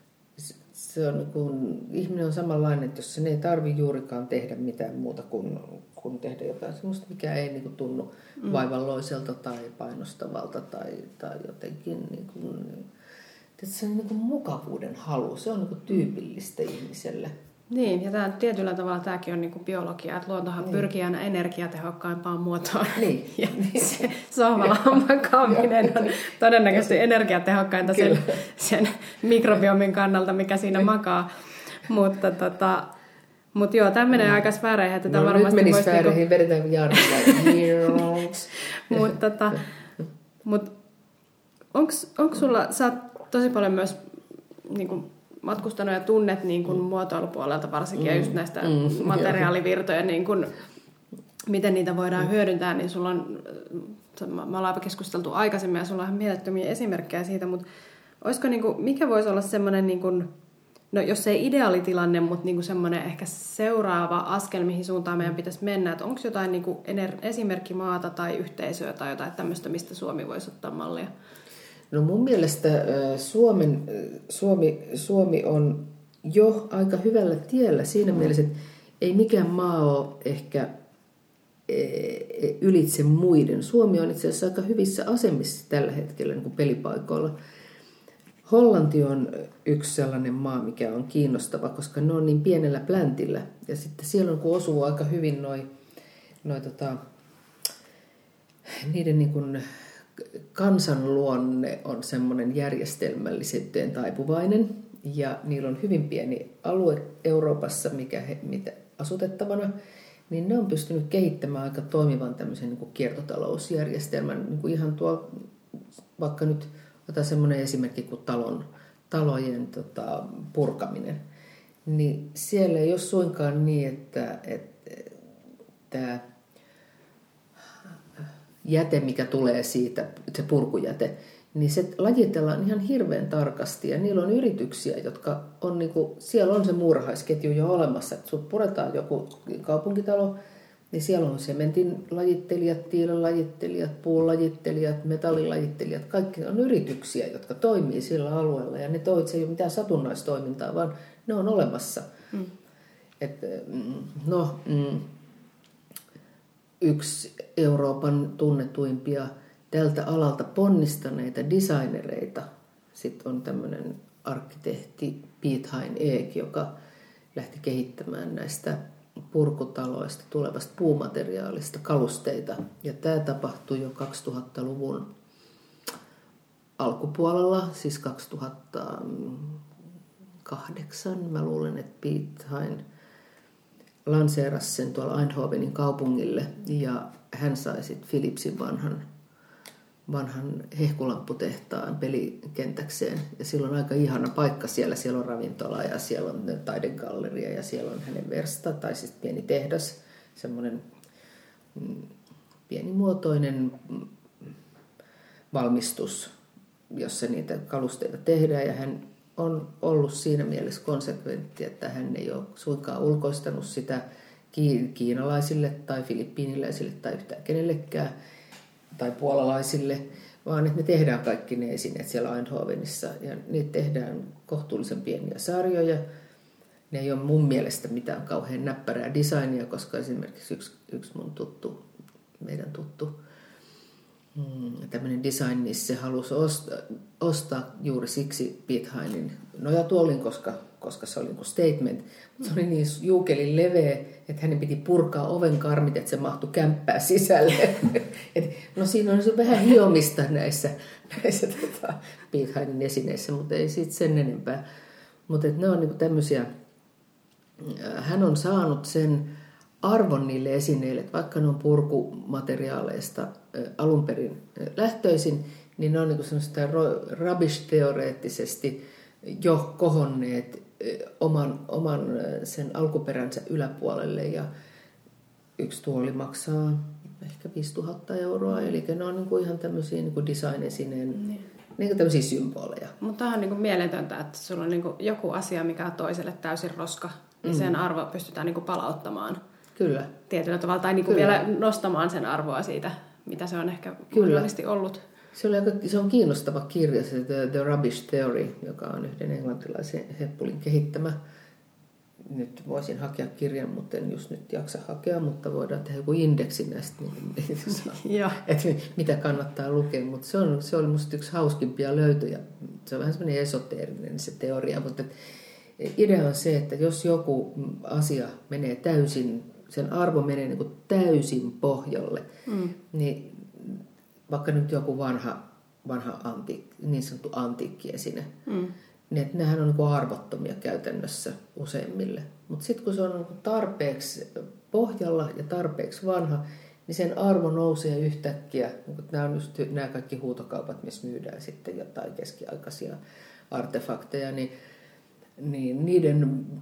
Speaker 2: Se on, kun ihminen on samanlainen, että jos sen ei tarvitse juurikaan tehdä mitään muuta kuin, kuin tehdä jotain sellaista, mikä ei niin kuin, tunnu mm. vaivalloiselta tai painostavalta tai, tai jotenkin niin kuin, että se on niin kuin mukavuuden halu. Se on niin kuin tyypillistä ihmiselle.
Speaker 1: Niin, ja tämä, tietyllä tavalla tämäkin on niin kuin biologia, että luontohan niin. pyrkii aina energiatehokkaimpaan muotoon. Niin. Ja se sohvalla makaaminen on todennäköisesti energiatehokkainta sen, sen mikrobiomin kannalta, mikä siinä no. makaa. Mutta tota, mut joo, tämä menee no. aika sfääreihin. Että
Speaker 2: no
Speaker 1: varmasti
Speaker 2: nyt meni sfääreihin, niinku... vedetään jarrilla.
Speaker 1: Mutta tota, mut, onko sulla, sä oot tosi paljon myös... Niinku, matkustanut ja tunnet niin kuin mm. muotoilupuolelta varsinkin mm. ja just näistä mm. materiaalivirtoja, niin kuin, miten niitä voidaan mm. hyödyntää, niin sulla on me ollaan keskusteltu aikaisemmin ja sulla on mielettömiä esimerkkejä siitä, mutta olisiko, niin kuin, mikä voisi olla semmoinen, niin kuin, no jos ei ideaalitilanne, mutta niin kuin semmoinen ehkä seuraava askel, mihin suuntaan meidän pitäisi mennä, että onko jotain niin kuin esimerkkimaata tai yhteisöä tai jotain tämmöistä, mistä Suomi voisi ottaa mallia?
Speaker 2: No mun mielestä Suomen, Suomi, Suomi on jo aika hyvällä tiellä siinä mm. mielessä, että ei mikään maa ole ehkä ylitse muiden. Suomi on itse asiassa aika hyvissä asemissa tällä hetkellä niin kuin pelipaikoilla. Hollanti on yksi sellainen maa, mikä on kiinnostava, koska ne on niin pienellä pläntillä. Ja sitten siellä on, kun osuu aika hyvin noi, noi tota, niiden niin kuin kansanluonne on semmoinen järjestelmällisyyteen taipuvainen. Ja niillä on hyvin pieni alue Euroopassa, mikä he, mitä asutettavana. Niin ne on pystynyt kehittämään aika toimivan tämmöisen niin kuin kiertotalousjärjestelmän. Niin kuin ihan tuo, vaikka nyt otan semmoinen esimerkki kuin talon, talojen tota, purkaminen. Niin siellä ei ole suinkaan niin, että, että tämä jäte, mikä tulee siitä, se purkujäte, niin se lajitellaan ihan hirveän tarkasti. Ja niillä on yrityksiä, jotka on niin kuin, siellä on se muurahaisketju jo olemassa. Että sut puretaan joku kaupunkitalo, niin siellä on sementin lajittelijat, tiilen lajittelijat, puun lajittelijat, metallin lajittelijat. Kaikki on yrityksiä, jotka toimii sillä alueella. Ja ne toit, se ei ole mitään satunnaistoimintaa, vaan ne on olemassa. Mm. Et, no, mm, yksi Euroopan tunnetuimpia tältä alalta ponnistaneita designereita. Sitten on tämmöinen arkkitehti Piet Hein Eek, joka lähti kehittämään näistä purkutaloista tulevasta puumateriaalista kalusteita. Ja tämä tapahtui jo kaksituhattaluvun alkupuolella, siis kaksituhattakahdeksan. Mä luulen, että Piet Hein lanseerasi sen tuolla Eindhovenin kaupungille ja hän sai sitten Philipsin vanhan vanhan hehkulamputehtaan pelikentäkseen. Ja sillä on aika ihana paikka siellä. Siellä on ravintola ja siellä on taidegalleria ja siellä on hänen versta, tai siis pieni tehdas, semmoinen pienimuotoinen valmistus, jossa niitä kalusteita tehdään. Ja hän on ollut siinä mielessä konsekventti, että hän ei ole suinkaan ulkoistanut sitä kiinalaisille tai filippiiniläisille tai yhtään kenellekään, tai puolalaisille, vaan että me tehdään kaikki ne esineet siellä Eindhovenissa. Ja niitä tehdään kohtuullisen pieniä sarjoja. Ne ei ole mun mielestä mitään kauhean näppärää designia, koska esimerkiksi yksi, yksi mun tuttu, meidän tuttu hmm, tämmöinen designis, se halusi ostaa, ostaa juuri siksi Piet Heinin nojatuolin, koska, koska se oli niin kuin statement. Mutta se oli niin juukelin leveä, että hänen piti purkaa oven karmit, että se mahtui kämppää sisälle. Et, no siinä on se vähän hiomista näissä, näissä tota, Piet Heinin esineissä, mutta ei siitä sen enempää. Mutta ne on niinku tämmöisiä, hän on saanut sen arvon niille esineille, että vaikka ne on purkumateriaaleista alun perin lähtöisin, niin ne on niinku semmoista rubbish-teoreettisesti jo kohonneet oman, oman sen alkuperänsä yläpuolelle. Ja yksi tuoli maksaa ehkä viisituhatta euroa, eli ne on niinku ihan tämmöisiä niinku design-esineen, mm. niinku tämmöisiä symboleja.
Speaker 1: Mutta on niinku mieletöntä, että sulla on niinku joku asia, mikä on toiselle täysin roska, niin mm. sen arvo pystytään niinku palauttamaan.
Speaker 2: Kyllä. Tietyllä
Speaker 1: tavalla, tai niinku vielä nostamaan sen arvoa siitä, mitä se on ehkä mahdollisesti ollut.
Speaker 2: Se, oli aika, se on kiinnostava kirja, se The, The Rubbish Theory, joka on yhden englantilaisen heppulin kehittämä. Nyt voisin hakea kirjan, mutta en just nyt jaksa hakea, mutta voidaan tehdä joku indeksi näistä, niin, että mitä kannattaa lukea. Mutta se, on, se oli musta yksi hauskimpia löytöjä. Se on vähän semmoinen esoteerinen se teoria, mutta idea on se, että jos joku asia menee täysin, sen arvo menee niin kuin täysin pohjalle, mm. niin vaikka nyt joku vanha, vanha antiik, niin sanottu antiikkiesine, mm. niin että nehän on niin kuin arvottomia käytännössä useimmille. Mutta sitten kun se on niin kuin tarpeeksi pohjalla ja tarpeeksi vanha, niin sen arvo nousee yhtäkkiä. Niin nämä on just nämä kaikki huutokaupat, missä myydään sitten jotain keskiaikaisia artefakteja, niin, niin niiden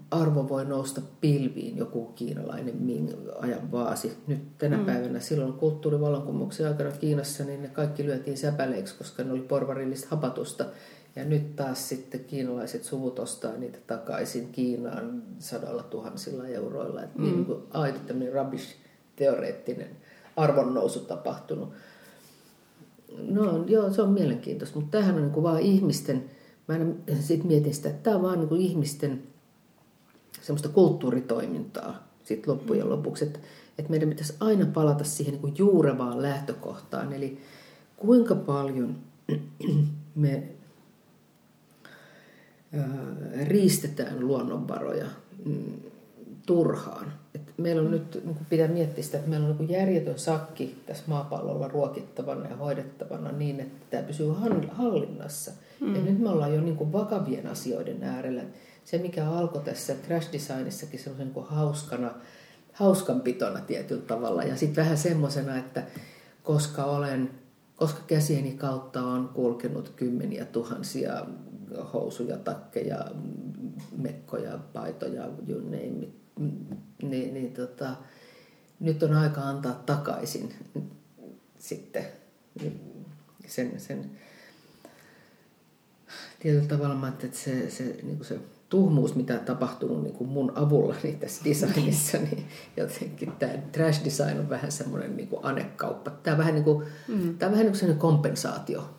Speaker 2: arvo voi nousta pilviin, joku kiinalainen Ming-ajan vaasi. Nyt tänä mm. päivänä silloin kulttuurivallankumouksen aikana Kiinassa, niin ne kaikki lyötiin säpäleiksi, koska ne oli porvarillista hapatusta. Ja nyt taas sitten kiinalaiset suvut ostaa niitä takaisin Kiinaan sadalla tuhansilla euroilla. Että mm. niin kuin aito tämmöinen rubbish-teoreettinen arvonnousu tapahtunut. No joo, se on mielenkiintoista, mutta tämähän on niin kuin vaan ihmisten, mä aina sit mietin sitä, että tämä on vaan niin kuin ihmisten semmoista kulttuuritoimintaa sit loppujen lopuksi, että, että meidän pitäisi aina palata siihen niin kuin juurevaan lähtökohtaan, eli kuinka paljon me riistetään luonnonvaroja turhaan. Et meillä on nyt, niin pitää miettiä sitä, että meillä on niin järjetön sakki tässä maapallolla ruokittavana ja hoidettavana niin, että tämä pysyy hallinnassa. Mm. Ja nyt me ollaan jo niin kuin vakavien asioiden äärellä. Se, mikä alkoi tässä trash designissakin semmoisen niin kuin hauskana, hauskanpitona tietyllä tavalla. Ja sitten vähän semmoisena, että koska olen, koska käsieni kautta on kulkenut kymmeniä tuhansia housuja, takkeja, mekkoja, paitoja, you name it, niin, niin tota, nyt on aika antaa takaisin sitten sen, sen tietyllä tavalla, että se, se, niin se tuhmuus, mitä on tapahtunut niin kuin mun avulla niin tässä designissa, niin jotenkin tämä trash design on vähän semmoinen niin kuin anekauppa. Tämä on vähän niin kuin, mm. tämä on vähän niin kuin semmoinen kompensaatio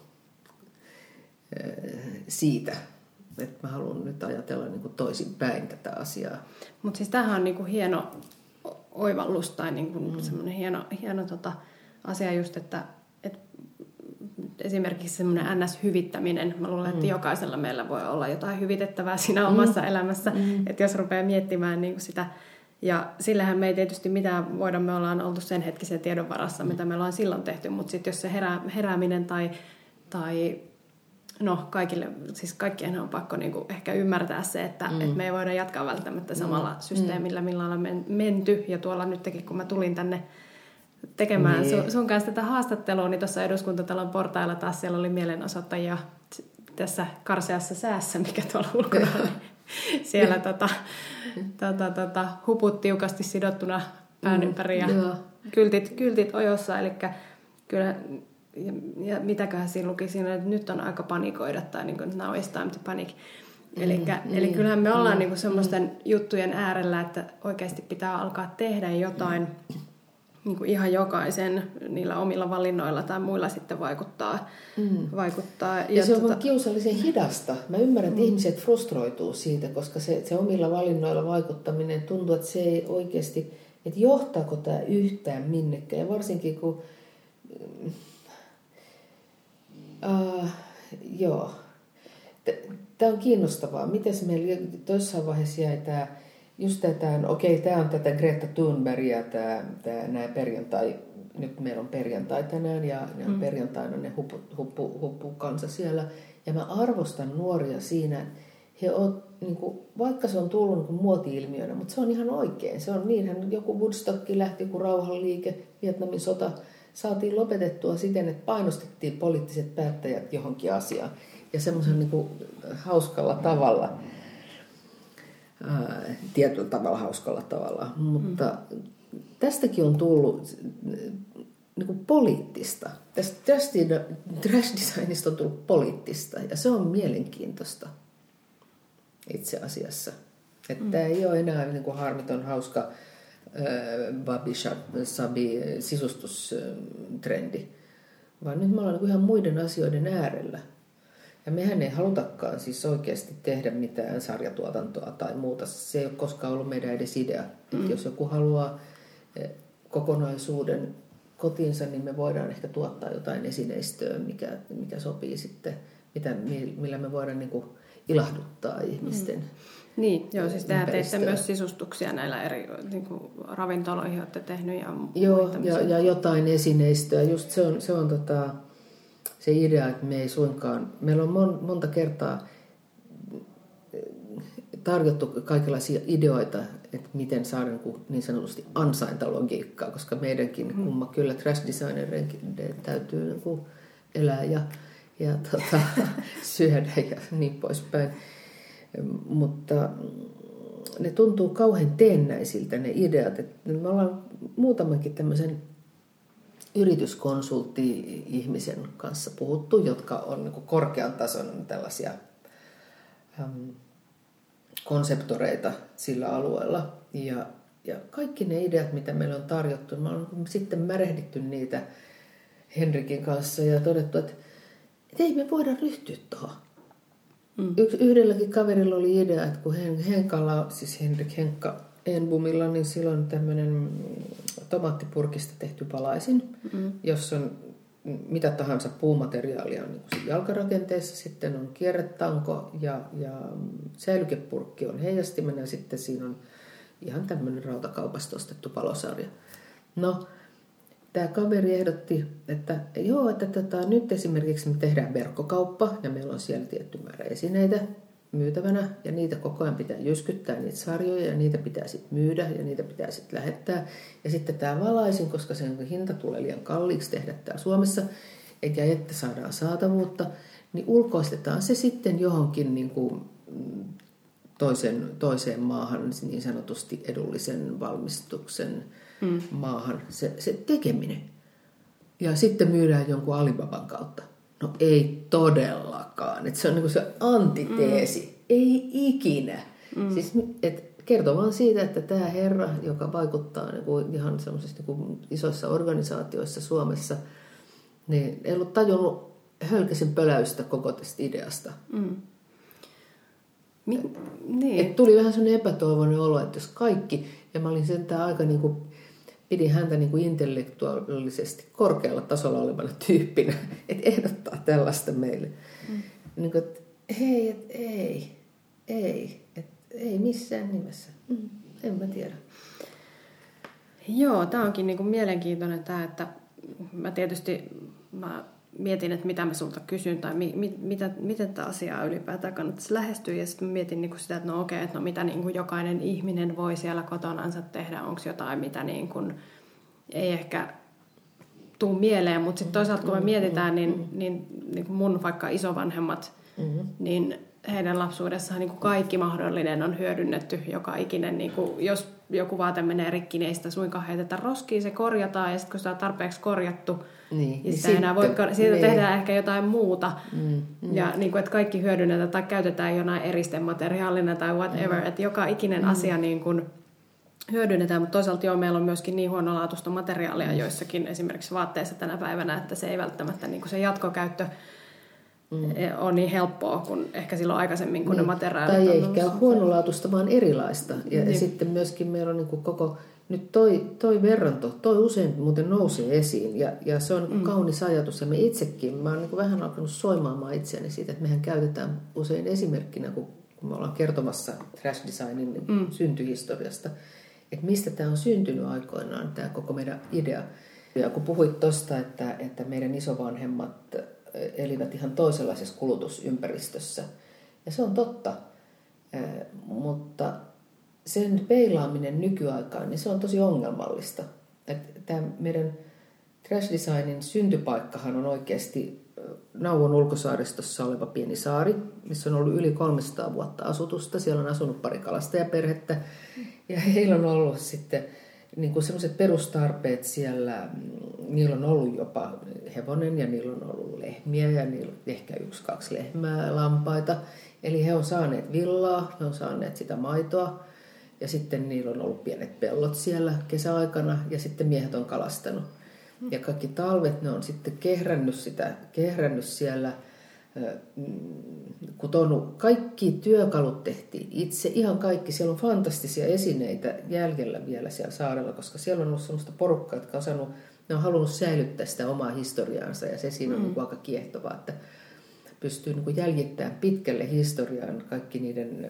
Speaker 2: siitä, että mä haluan nyt ajatella niin kuin toisinpäin tätä asiaa.
Speaker 1: Mutta siis tämähän on niin kuin hieno oivallus tai niin kuin mm. semmoinen hieno, hieno tota asia just, että, että esimerkiksi semmoinen N S-hyvittäminen. Mä luulen, että mm. jokaisella meillä voi olla jotain hyvitettävää siinä omassa mm. elämässä. Mm. Että jos rupeaa miettimään niin kuin sitä. Ja sillähän me ei tietysti mitään voida, me ollaan oltu sen hetkisen tiedon varassa, mm. mitä me ollaan silloin tehty. Mutta sitten jos se herää, herääminen tai, tai no kaikille, siis kaikkien on pakko niin kuin ehkä ymmärtää se, että mm. et me ei voida jatkaa välttämättä samalla mm. systeemillä, millä ollaan menty. Ja tuolla nytkin, kun mä tulin tänne tekemään niin. sun, sun kanssa tätä haastattelua, niin tuossa Eduskuntatalon portailla taas siellä oli mielenosoittajia tässä karseassa säässä, mikä tuolla ulkona oli. Siellä tota, tota, tota, huput tiukasti sidottuna pään ympäri ja mm, kyltit, kyltit ojossa. Eli kyllä, ja, ja mitäköhän siinä luki siinä, että nyt on aika panikoida tai niin kuin now is time to panic. Eli, mm, eli kyllähän me ollaan mm, niin kuin semmoisten mm. juttujen äärellä, että oikeasti pitää alkaa tehdä jotain niin kuin ihan jokaisen niillä omilla valinnoilla tai muilla sitten vaikuttaa. Mm. vaikuttaa.
Speaker 2: Ja, ja se on tota... kiusallisen hidasta. Mä ymmärrän, että mm. ihmiset frustroituu siitä, koska se, se omilla valinnoilla vaikuttaminen tuntuu, että se ei oikeasti, että johtaako tämä yhtään minnekään. Ja varsinkin kun, uh, joo, tämä on kiinnostavaa. Mites meillä jossain vaiheessa jäi tämä, just tämä, okei, okay, tämä on tätä Greta Thunbergia, tämä, tämä, nämä perjantai, nyt meillä on perjantai tänään ja mm. perjantaina ne huppu, huppu, huppu kansa siellä. Ja mä arvostan nuoria siinä, he on, niin kuin, vaikka se on tullut niin kuin muoti-ilmiönä, mutta se on ihan oikein. Se on niinhän joku Woodstock lähti, joku rauhanliike, Vietnamin sota, saatiin lopetettua siten, että painostettiin poliittiset päättäjät johonkin asiaan. Ja semmoisen niin kuin hauskalla tavalla. Ää, tietyllä tavalla hauskalla tavalla, mutta mm. tästäkin on tullut niin kuin poliittista. Tästä trash designista on tullut poliittista ja se on mielenkiintoista itse asiassa. Että mm. tämä ei ole enää niin kuin harmiton, hauska äh, babi sabi sisustustrendi, vaan nyt me ollaan niin kuin ihan muiden asioiden äärellä. Ja mehän ei halutakaan siis oikeasti tehdä mitään sarjatuotantoa tai muuta. Se ei ole koskaan ollut meidän edes idea. Mm. Että jos joku haluaa kokonaisuuden kotiinsa, niin me voidaan ehkä tuottaa jotain esineistöä, mikä, mikä sopii sitten, mitä, millä me voidaan niin kuin ilahduttaa ihmisten mm.
Speaker 1: Niin, joo, siis tehän teitte myös sisustuksia näillä eri niin kuin ravintoloihin, olette tehnyt ja
Speaker 2: joo, ja, ja jotain esineistöä. Just se on, se on tota... se idea, että me ei suinkaan, meillä on monta kertaa tarjottu kaikenlaisia ideoita, että miten saada niin sanotusti ansaintalogiikkaa, koska meidänkin mm. kumma kyllä trash designereiden täytyy niin kuin elää ja, ja tota, syödä ja niin poispäin. Mutta ne tuntuu kauhean teennäisiltä ne ideat. Et me ollaan muutamankin tämmöisen yrityskonsultti-ihmisen kanssa puhuttu, jotka on niin kuin korkean tason tällaisia äm, konseptoreita sillä alueella. Ja, ja kaikki ne ideat, mitä meillä on tarjottu, me ollaan sitten märehditty niitä Henrikin kanssa ja todettu, että, että ei me voida ryhtyä tuohon. Mm. Yks, yhdelläkin kaverilla oli idea, että kun Henkalla, siis Henrik Henkka Enbumilla, niin silloin tämmöinen tomaattipurkista tehty palaisin, mm. jossa on mitä tahansa puumateriaalia on niin jalkarakenteessa, sitten on kierretanko ja, ja säilykepurkki on heijastimena ja sitten siinä on ihan tämmöinen rautakaupasta ostettu palosarja. No, tämä kaveri ehdotti, että joo, että tätä, nyt esimerkiksi me tehdään verkkokauppa ja meillä on siellä tietty määrä esineitä myytävänä ja niitä koko ajan pitää jyskyttää, niitä sarjoja ja niitä pitää sitten myydä ja niitä pitää sitten lähettää. Ja sitten tämä valaisin, koska sen hinta tulee liian kalliiksi tehdä täällä Suomessa, eikä että saadaan saatavuutta, niin ulkoistetaan se sitten johonkin niin kuin toiseen, toiseen maahan, niin sanotusti edullisen valmistuksen mm. maahan, se, se tekeminen. Ja sitten myydään jonkun Alibaban kautta. No ei todellakaan. Et se on niin kuin se antiteesi. Mm. Ei ikinä. Mm. Siis, et kertoo vaan siitä, että tämä herra, joka vaikuttaa niin kuin ihan semmoisissa niin kuin isoissa organisaatioissa Suomessa, niin ei ollut tajunnut hölkäsen pöläystä koko tästä ideasta. Mm.
Speaker 1: Mi- niin.
Speaker 2: Et tuli vähän sellainen epätoivoinen olo, että jos kaikki, ja mä olin sentään aika niin kuin, pidin häntä niin kuin intellektuaalisesti korkealla tasolla olevana tyyppinä, että ehdottaa tällaista meille. Mm. Niin kuin, että hei, et ei, ei, et ei missään nimessä. Mm. En mä tiedä.
Speaker 1: Joo, tämä onkin niin kuin mielenkiintoinen tämä, että mä tietysti mä mietin, että mitä mä sulta kysyn tai mi, mi, mitä, miten tämä asiaa ylipäätään kannattaisi lähestyä. Ja sitten mietin niin kuin sitä, että no okei, että no mitä niin kuin jokainen ihminen voi siellä kotonansa tehdä, onko jotain, mitä niin kuin ei ehkä tuu mieleen. Mutta sitten toisaalta kun me mietitään, niin, niin, niin kuin mun vaikka isovanhemmat, mm-hmm. niin heidän lapsuudessaan niin kuin kaikki mahdollinen on hyödynnetty joka ikinen. Niin kuin, jos joku vaate menee rikki, niin ei sitä suinkaan heitetä roskiin, se korjataan ja sitten kun sitä on tarpeeksi korjattu, niin, niin sitä enää voi, siitä niin. tehdään ehkä jotain muuta. Mm, mm. Ja niin kuin, että kaikki hyödynnetään tai käytetään jonain eristemateriaalina tai whatever. Mm. Että joka ikinen mm. asia niin kuin hyödynnetään, mutta toisaalta joo, meillä on myöskin niin huonolaatuista materiaalia mm. joissakin esimerkiksi vaatteissa tänä päivänä, että se ei välttämättä niin kuin se jatkokäyttö mm. on niin helppoa kuin ehkä silloin aikaisemmin, kun niin. ne materiaalit
Speaker 2: tai on ei ehkä ole huonolaatuista, vaan erilaista. Ja, niin. ja sitten myöskin meillä on niin kuin koko, nyt toi, toi verranto, toi usein muuten nousee esiin, ja, ja se on niin kuin mm. kaunis ajatus, ja me itsekin, mä oon niin kuin vähän alkanut soimaamaan itseäni siitä, että mehän käytetään usein esimerkkinä, kun, kun me ollaan kertomassa trash designin mm. syntyhistoriasta, että mistä tämä on syntynyt aikoinaan, tämä koko meidän idea. Ja kun puhuit tuosta, että, että meidän isovanhemmat elivät ihan toisenlaisessa kulutusympäristössä. Ja se on totta, mutta sen peilaaminen nykyaikaan, niin se on tosi ongelmallista. Tämä meidän trash designin syntypaikkahan on oikeasti Nauvon ulkosaaristossa oleva pieni saari, missä on ollut yli kolmesataa vuotta asutusta. Siellä on asunut pari kalastajaperhettä ja heillä on ollut sitten niin kuin sellaiset perustarpeet siellä, niillä on ollut jopa hevonen ja niillä on ollut lehmiä ja niillä on ehkä yksi, kaksi lehmää, lampaita. Eli he on saaneet villaa, he on saaneet sitä maitoa ja sitten niillä on ollut pienet pellot siellä kesäaikana ja sitten miehet on kalastanut. Ja kaikki talvet ne on sitten kehrännyt, sitä, kehrännyt siellä, kutonut. Kaikki työkalut tehtiin itse, ihan kaikki. Siellä on fantastisia esineitä jäljellä vielä siellä saarella, koska siellä on ollut sellaista porukkaa, jotka on, saanut, ne on halunnut säilyttää sitä omaa historiaansa. Ja se siinä on mm. niin kuin aika kiehtovaa, että pystyy niin kuin jäljittämään pitkälle historiaan kaikki niiden,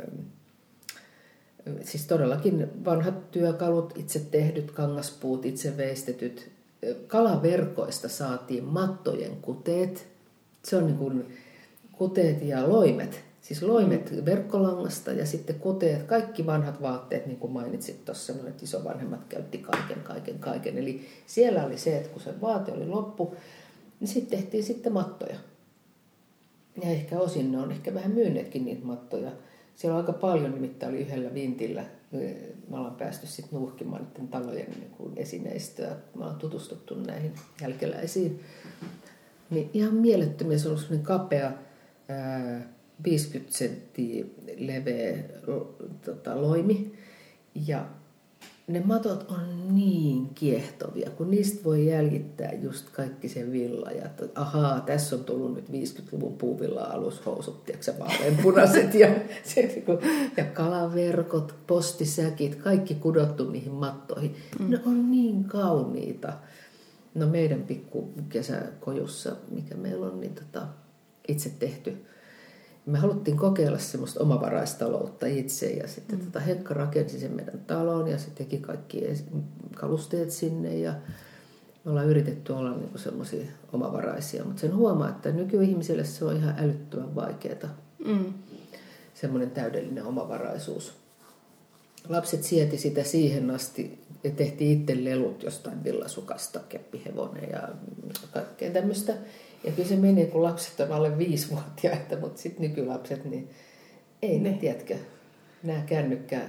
Speaker 2: siis todellakin vanhat työkalut, itse tehdyt kangaspuut, itse veistetyt. Kalaverkoista saatiin mattojen kuteet. Se on niin kuin kuteet ja loimet. Siis loimet mm. verkkolangasta ja sitten kuteet, kaikki vanhat vaatteet, niin kuin mainitsit tuossa, että isovanhemmat käytti kaiken, kaiken, kaiken. Eli siellä oli se, että kun se vaate oli loppu, niin sitten tehtiin sitten mattoja. Ja ehkä osin ne on ehkä vähän myyneetkin niitä mattoja Siellä on aika paljon, nimittäin oli yhdellä vintillä. Me ollaan päästy sitten nuuhkimaan niiden talojen niin kuin esineistöä. Me ollaan tutustuttu näihin jälkeläisiin. Niin ihan mielettömiä. Se on ollut sellainen kapea, ää, viisikymmentä senttiä leveä tota, loimi. Ja ne matot on niin kiehtovia, kun niistä voi jäljittää just kaikki se villa. Ja että ahaa, tässä on tullut nyt viisikymmentäluvun puuvilla-alushousut, tiedätkö vaaleanpunaiset ja, ja kalaverkot, postisäkit, kaikki kudottu niihin mattoihin. Mm. Ne on niin kauniita. No meidän pikku kesäkojussa, mikä meillä on, niin tota, itse tehty. Me haluttiin kokeilla semmoista omavaraistaloutta itse ja sitten mm. tota Henkka rakensi sen meidän talon ja se teki kaikki kalusteet sinne ja me ollaan yritetty olla niinku semmoisia omavaraisia, mutta sen huomaa, että nykyihmisille se on ihan älyttömän vaikeaa. Mm. Semmoinen täydellinen omavaraisuus. Lapset sieti sitä siihen asti ja tehtiin itse lelut jostain villasukasta, keppihevonen ja kaikkea tämmöistä. Ja kyllä se menee, kun lapset on alle viisivuotiaita, mutta sitten nykylapset, niin ei ne, ne tiedätkö, nämä kännykkä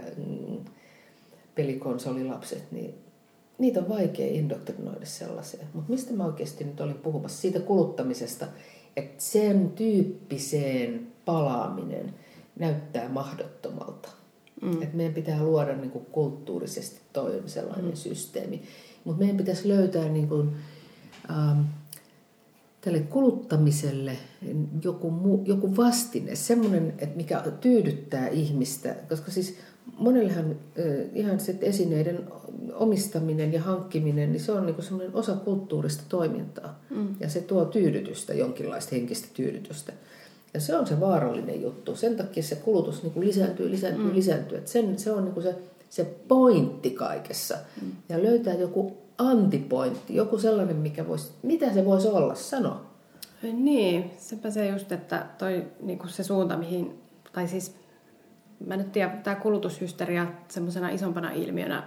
Speaker 2: pelikonsolilapset, niin niitä on vaikea indoktrinoida sellaisia. Mutta mistä mä oikeasti nyt olin puhumassa? Siitä kuluttamisesta, että sen tyyppiseen palaaminen näyttää mahdottomalta. Mm. Että meidän pitää luoda niin kuin kulttuurisesti toi sellainen mm. systeemi. Mutta meidän pitäisi löytää niin kuin, ähm, tälle kuluttamiselle joku, muu, joku vastine, semmoinen, että mikä tyydyttää ihmistä. Koska siis monellehan äh, ihan sit esineiden omistaminen ja hankkiminen, niin se on niin kuin semmoinen osa kulttuurista toimintaa. Mm. Ja se tuo tyydytystä, jonkinlaista henkistä tyydytystä. Ja se on se vaarallinen juttu. Sen takia se kulutus niin kuin lisääntyy, lisääntyy, mm. lisääntyy. Et sen, se on niin kuin se, se pointti kaikessa. Mm. Ja löytää joku antipointti, joku sellainen, mikä voisi, mitä se voisi olla, sano.
Speaker 1: Niin, sepä se just, että toi niin kuin se suunta, mihin, tai siis mä nyt tiedän, tämä kulutushysteria semmoisena isompana ilmiönä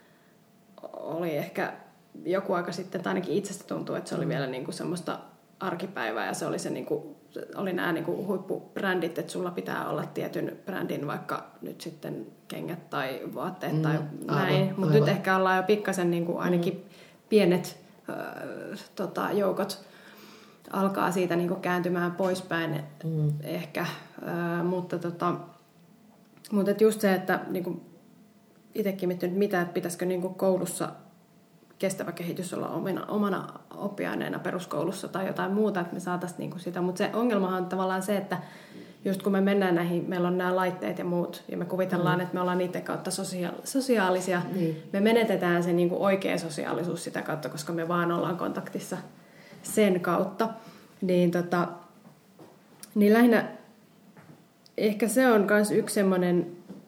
Speaker 1: oli ehkä joku aika sitten, tai ainakin itsestä tuntuu, että se oli vielä niin kuin semmoista arkipäivää ja se oli se niin kuin, oli nämä niin kuin huippubrändit, että sulla pitää olla tietyn brändin vaikka nyt sitten kengät tai vaatteet mm, tai näin. Mutta nyt ehkä ollaan jo pikkasen niin kuin ainakin mm. pienet äh, tota, joukot alkaa siitä niin kuin kääntymään poispäin mm. ehkä. Äh, mutta tota, mutta et just se, että niin kuin itsekin miettinyt mitä, että pitäisikö niin kuin koulussa kestävä kehitys olla omana, omana oppiaineena peruskoulussa tai jotain muuta, että me saataisiin niinku sitä. Mutta se ongelmahan on tavallaan se, että just kun me mennään näihin, meillä on nämä laitteet ja muut, ja me kuvitellaan, mm. että me ollaan niiden kautta sosia- sosiaalisia, mm. me menetetään se niinku oikea sosiaalisuus sitä kautta, koska me vaan ollaan kontaktissa sen kautta. Niin, tota, niin lähinnä ehkä se on myös yksi semmoinen,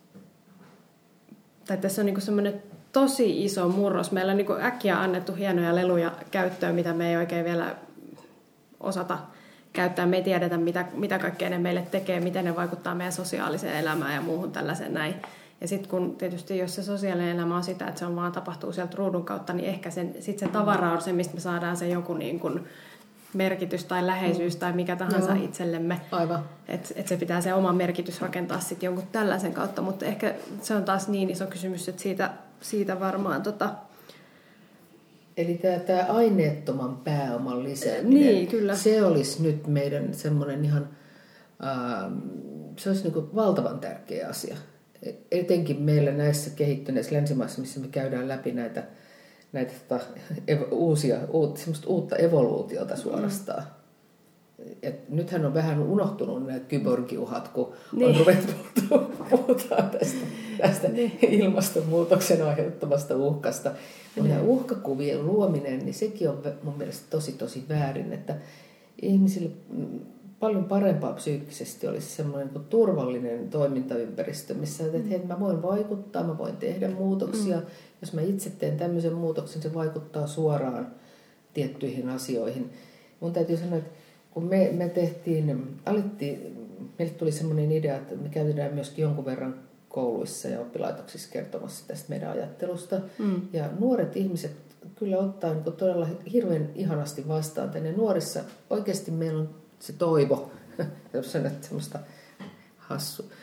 Speaker 1: tai tässä on niinku semmoinen tosi iso murros. Meillä on niin kuin äkkiä annettu hienoja leluja käyttöön, mitä me ei oikein vielä osata käyttää. Me ei tiedetä, mitä, mitä kaikkea ne meille tekee, miten ne vaikuttaa meidän sosiaaliseen elämään ja muuhun tällaisen näin. Ja sitten kun tietysti, jos se sosiaalinen elämä on sitä, että se on vaan tapahtuu sieltä ruudun kautta, niin ehkä sen, sit se tavara on se, mistä me saadaan se joku niin kuin merkitys tai läheisyys tai mikä tahansa Joo. itsellemme.
Speaker 2: Aivan.
Speaker 1: Että et se pitää se oma merkitys rakentaa sitten jonkun tällaisen kautta, mutta ehkä se on taas niin iso kysymys, että siitä, siitä varmaan tota...
Speaker 2: Eli tämä aineettoman pääoman lisääminen,
Speaker 1: niin, kyllä.
Speaker 2: se olisi nyt meidän semmoinen ihan, äh, se olisi niinku valtavan tärkeä asia. Etenkin meillä näissä kehittyneissä länsimaissa, missä me käydään läpi näitä näitä tota, ev- uusia, uut, semmoista uutta evoluutiota suorastaan. Mm. Et nythän on vähän unohtunut nämä kyborgiuhat, kun niin. on ruvettu puhutaan tästä, tästä niin. ilmastonmuutoksen aiheuttamasta uhkasta. Mutta niin. uhkakuvien luominen, niin sekin on mun mielestä tosi tosi väärin, että ihmisille paljon parempaa psyykkisesti olisi semmoinen kuin turvallinen toimintaympäristö, missä mm. että hei, mä voin vaikuttaa, mä voin tehdä muutoksia. Mm. Jos mä itse teen tämmöisen muutoksen, se vaikuttaa suoraan tiettyihin asioihin. Mun täytyy sanoa, että kun me, me tehtiin, alettiin, meille tuli semmoinen idea, että me käytetään myöskin jonkun verran kouluissa ja oppilaitoksissa kertomassa tästä meidän ajattelusta. Mm. Ja nuoret ihmiset kyllä ottaa niin kuin todella hirveän ihanasti vastaan tänne. Nuorissa oikeasti meillä on se toivo, jos sanot semmoista hassu,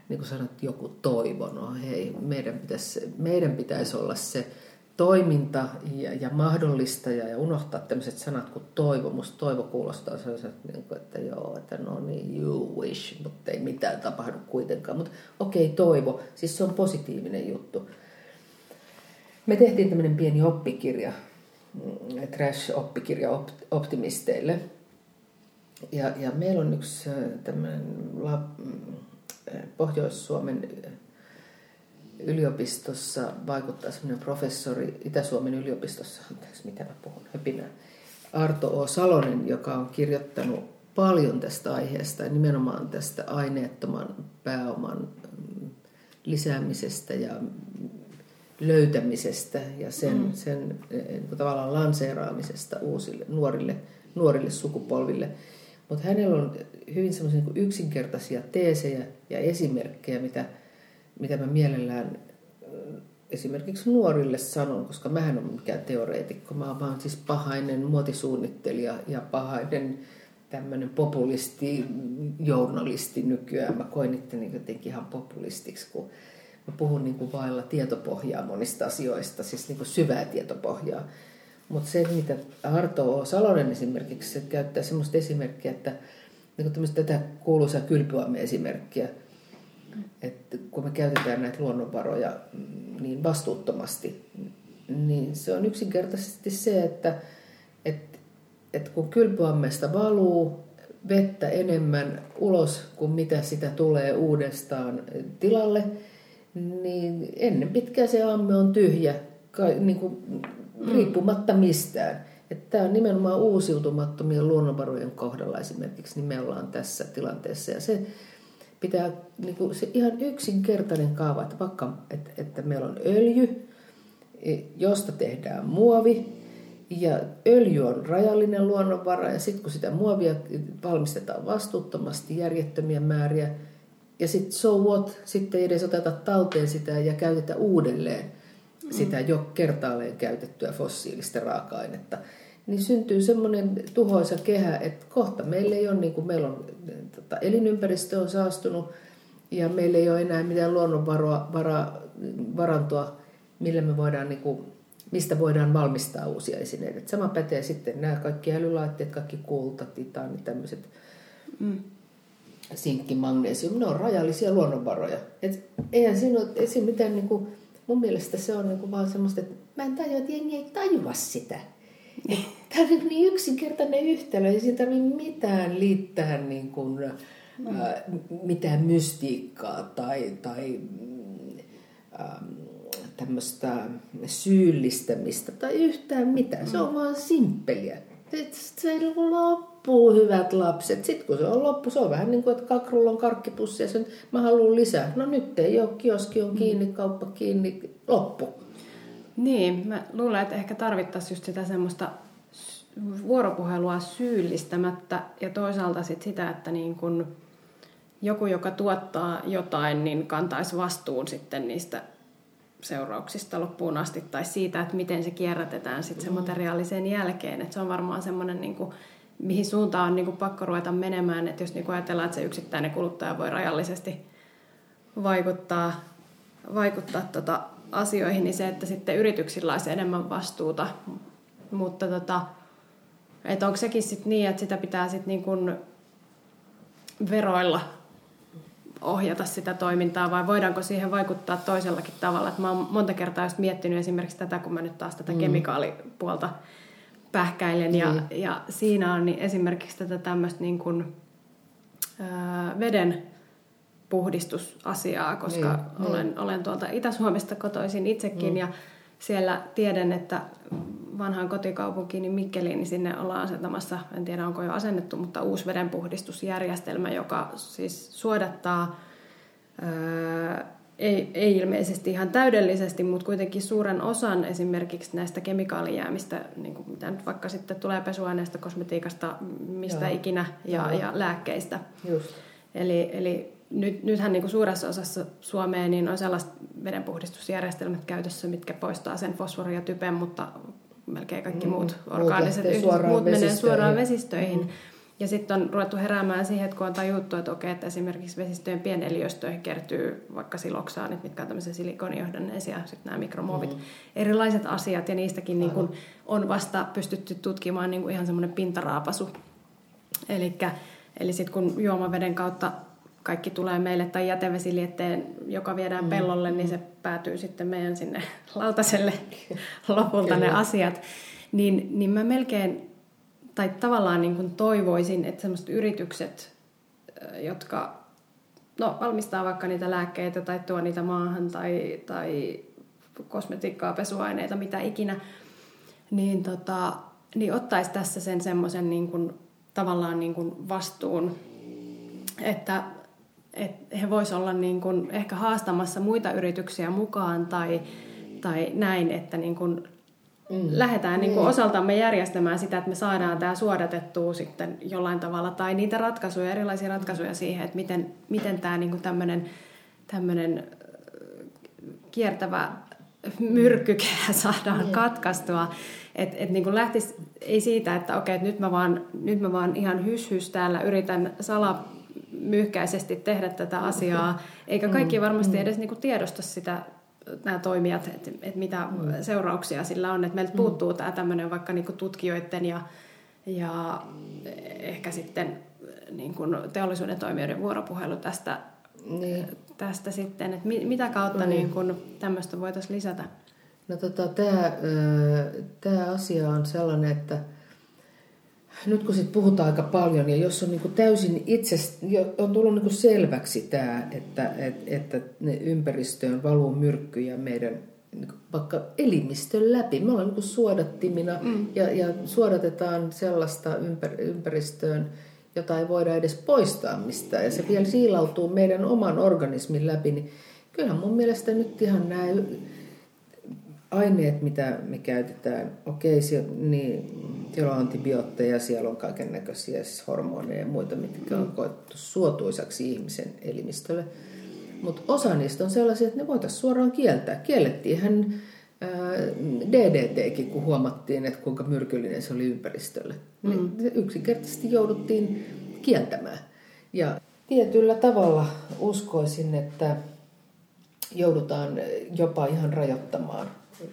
Speaker 2: niin kuin sanot, joku toivo. No hei, meidän pitäisi, meidän pitäisi olla se toiminta ja, ja mahdollistaja ja unohtaa tämmöiset sanat kuin toivo. Musta toivo kuulostaa sellaiset, että joo, että no niin, you wish, mutta ei mitään tapahdu kuitenkaan. Mutta okei, okay, toivo, siis se on positiivinen juttu. Me tehtiin tämmöinen pieni oppikirja, Trash-oppikirja optimisteille. Ja, ja meillä on yksi tämmöinen Pohjois-Suomen yliopistossa vaikuttaa semmoinen professori Itä-Suomen yliopistossa, mitä mä puhun, höpinää, Arto O. Salonen, joka on kirjoittanut paljon tästä aiheesta ja nimenomaan tästä aineettoman pääoman lisäämisestä ja löytämisestä ja sen, mm. sen tavallaan lanseeraamisesta uusille nuorille, nuorille sukupolville. Mutta hänellä on hyvin semmoisia niin yksinkertaisia teesejä ja esimerkkejä, mitä, mitä mä mielellään esimerkiksi nuorille sanon, koska mähän en ole mikään teoreetikko. Mä oon vaan siis pahainen muotisuunnittelija ja pahainen tämmöinen populisti, journalisti nykyään. Mä koin itteni jotenkin ihan populistiksi, kun mä puhun niin kuin vailla tietopohjaa monista asioista, siis niin kuin syvää tietopohjaa. Mutta se, mitä Arto O. Salonen esimerkiksi se käyttää semmoista esimerkkiä, että niin kuin tätä kuuluisaa kylpyamme-esimerkkiä, että kun me käytetään näitä luonnonvaroja niin vastuuttomasti, niin se on yksinkertaisesti se, että, että, että kun kylpyammesta valuu vettä enemmän ulos kuin mitä sitä tulee uudestaan tilalle, niin ennen pitkään se amme on tyhjä, niin kuin riippumatta mistään. Tämä on nimenomaan uusiutumattomien luonnonvarojen kohdalla esimerkiksi, niin me ollaan tässä tilanteessa. Ja se pitää, niin kuin se ihan yksinkertainen kaava, että vaikka että, että meillä on öljy, josta tehdään muovi, ja öljy on rajallinen luonnonvara, ja sitten kun sitä muovia valmistetaan vastuuttomasti järjettömiä määriä, ja sitten so what, sitten ei edes oteta talteen sitä ja käytetä uudelleen sitä jo kertaalleen käytettyä fossiilista raaka-ainetta, niin syntyy semmoinen tuhoisa kehä, että kohta meillä ei ole, niin kuin meillä on, tota, elinympäristö on saastunut ja meillä ei ole enää mitään luonnonvarantoa, millä me voidaan, niin kuin, mistä voidaan valmistaa uusia esineitä. Et sama pätee sitten nämä kaikki älylaitteet, kaikki kulta, titaani, tämmöiset mm. sinkki, magnesium, ne on rajallisia luonnonvaroja. Et eihän siinä ole, ei siinä mitään niin kuin, mun mielestä se on niinku vaan semmoista, että mä en tajua, että jengi ei tajua sitä. Tämä on niin yksinkertainen yhtälö, ei siinä tarvitse mitään liittää niin kuin, mm. ä, mitään mystiikkaa tai, tai ä, tämmöistä syyllistämistä tai yhtään mitään. Se on vaan simppeliä. Se loppuu, hyvät lapset. Sitten kun se on loppu, se on vähän niin kuin, että kakrulla on karkkipussi ja sen, mä haluan lisää. No nyt ei ole, kioski on kiinni, kauppa kiinni, loppu.
Speaker 1: Niin, mä luulen, että ehkä tarvittaisiin just sitä semmoista vuoropuhelua syyllistämättä ja toisaalta sit sitä, että niin kun joku, joka tuottaa jotain, niin kantaisi vastuun sitten niistä seurauksista loppuun asti tai siitä, että miten se kierrätetään sitten se materiaali sen jälkeen. Että se on varmaan semmoinen, niin kuin, mihin suuntaan on niin kuin pakko ruveta menemään, että jos niin kuin ajatellaan, että se yksittäinen kuluttaja voi rajallisesti vaikuttaa, vaikuttaa tota asioihin, niin se, että sitten yrityksillä olisi enemmän vastuuta. Mutta tota, että onko sekin sitten niin, että sitä pitää sitten niin kuin veroilla ohjata sitä toimintaa vai voidaanko siihen vaikuttaa toisellakin tavalla. Että mä oon monta kertaa just miettinyt esimerkiksi tätä, kun mä nyt taas tätä mm. kemikaalipuolta pähkäilen. Mm. Ja, ja siinä on niin esimerkiksi tätä tämmöistä niin kuin, ää, veden puhdistusasiaa, koska mm. olen, olen tuolta Itä-Suomesta kotoisin itsekin mm. ja siellä tiedän, että vanhaan kotikaupunkiin Mikkeliin, niin sinne ollaan asentamassa, en tiedä onko jo asennettu, mutta uusi vedenpuhdistusjärjestelmä, joka siis suodattaa, ää, ei, ei ilmeisesti ihan täydellisesti, mutta kuitenkin suuren osan esimerkiksi näistä kemikaalijäämistä, niin kuin mitä nyt vaikka sitten tulee pesuaineesta, kosmetiikasta, mistä Joo. ikinä ja, ja lääkkeistä. Just. Eli, eli nyt, nythän niin kuin suuressa osassa Suomea niin on sellaiset vedenpuhdistusjärjestelmät käytössä, mitkä poistaa sen fosforin ja typen, mutta melkein kaikki muut mm, orgaaniset yhdistykset, muut menee suoraan vesistöihin. Mm. Ja sitten on ruvettu heräämään siihen, että kun on tajuttu, että okei, että esimerkiksi vesistöjen pieneliöstöihin kertyy vaikka siloksaanit, mitkä on tämmöisiä silikonijohdanneisia, sitten nämä mikromuovit, mm. erilaiset asiat, ja niistäkin niin kun on vasta pystytty tutkimaan niin kuin ihan semmoinen pintaraapasu. Elikkä, eli sitten kun juomaveden kautta kaikki tulee meille, tai jätevesilietteen, joka viedään mm. pellolle, niin se päätyy sitten meidän sinne lautaselle lopulta ne asiat. Niin, niin mä melkein, tai tavallaan niin kuin toivoisin, että sellaiset yritykset, jotka no, valmistaa vaikka niitä lääkkeitä tai tuo niitä maahan tai, tai kosmetiikkaa, pesuaineita, mitä ikinä, niin, tota, niin ottaisi tässä sen semmoisen niin kuin, tavallaan niin kuin vastuun, että että he voisivat olla niin kuin ehkä haastamassa muita yrityksiä mukaan tai, tai näin, että niin kuin mm. lähdetään niin kuin osaltamme järjestämään sitä, että me saadaan tämä suodatettua sitten jollain tavalla, tai niitä ratkaisuja, erilaisia ratkaisuja siihen, että miten, miten tämä niin kuin tämmöinen, tämmöinen kiertävä myrkkykehä saadaan mm. katkaistua. Että et niin kuin lähtisi ei siitä, että okei, että nyt mä vaan, nyt mä vaan ihan hys hys täällä yritän salamyhkäisesti tehdä tätä asiaa, eikä kaikki varmasti edes niin kuin tiedosta sitä, nämä toimijat, että, että mitä seurauksia sillä on. Että meiltä puuttuu tämä tämmöinen vaikka niin kuin tutkijoiden ja, ja ehkä sitten niin kuin teollisuuden toimijoiden vuoropuhelu tästä, niin. tästä sitten, että mitä kautta niin. Niin kuin tämmöistä voitaisiin lisätä.
Speaker 2: No tota, tämä, tämä asia on sellainen, että nyt kun sit puhutaan aika paljon ja jos on niinku täysin itse, on tullut niinku selväksi tämä, että, että, että ne ympäristöön valuu myrkkyjä meidän niinku vaikka elimistön läpi. Me ollaan niinku suodattimina mm. ja, ja suodatetaan sellaista ympär, ympäristöön, jota ei voida edes poistaa mistään. Ja se vielä siilautuu meidän oman organismin läpi. Niin kyllähän mun mielestä nyt ihan nämä aineet, mitä me käytetään, okei, siellä, niin, siellä on antibiootteja, siellä on kaiken näköisiä siis hormoneja ja muita, mitkä on koettu suotuisaksi ihmisen elimistölle. Mutta osa niistä on sellaisia, että ne voitaisiin suoraan kieltää. Kiellettiinhän ää, D D T:kin, kun huomattiin, että kuinka myrkyllinen se oli ympäristölle. Mm. Yksinkertaisesti jouduttiin kieltämään. Ja tietyllä tavalla uskoisin, että joudutaan jopa ihan rajoittamaan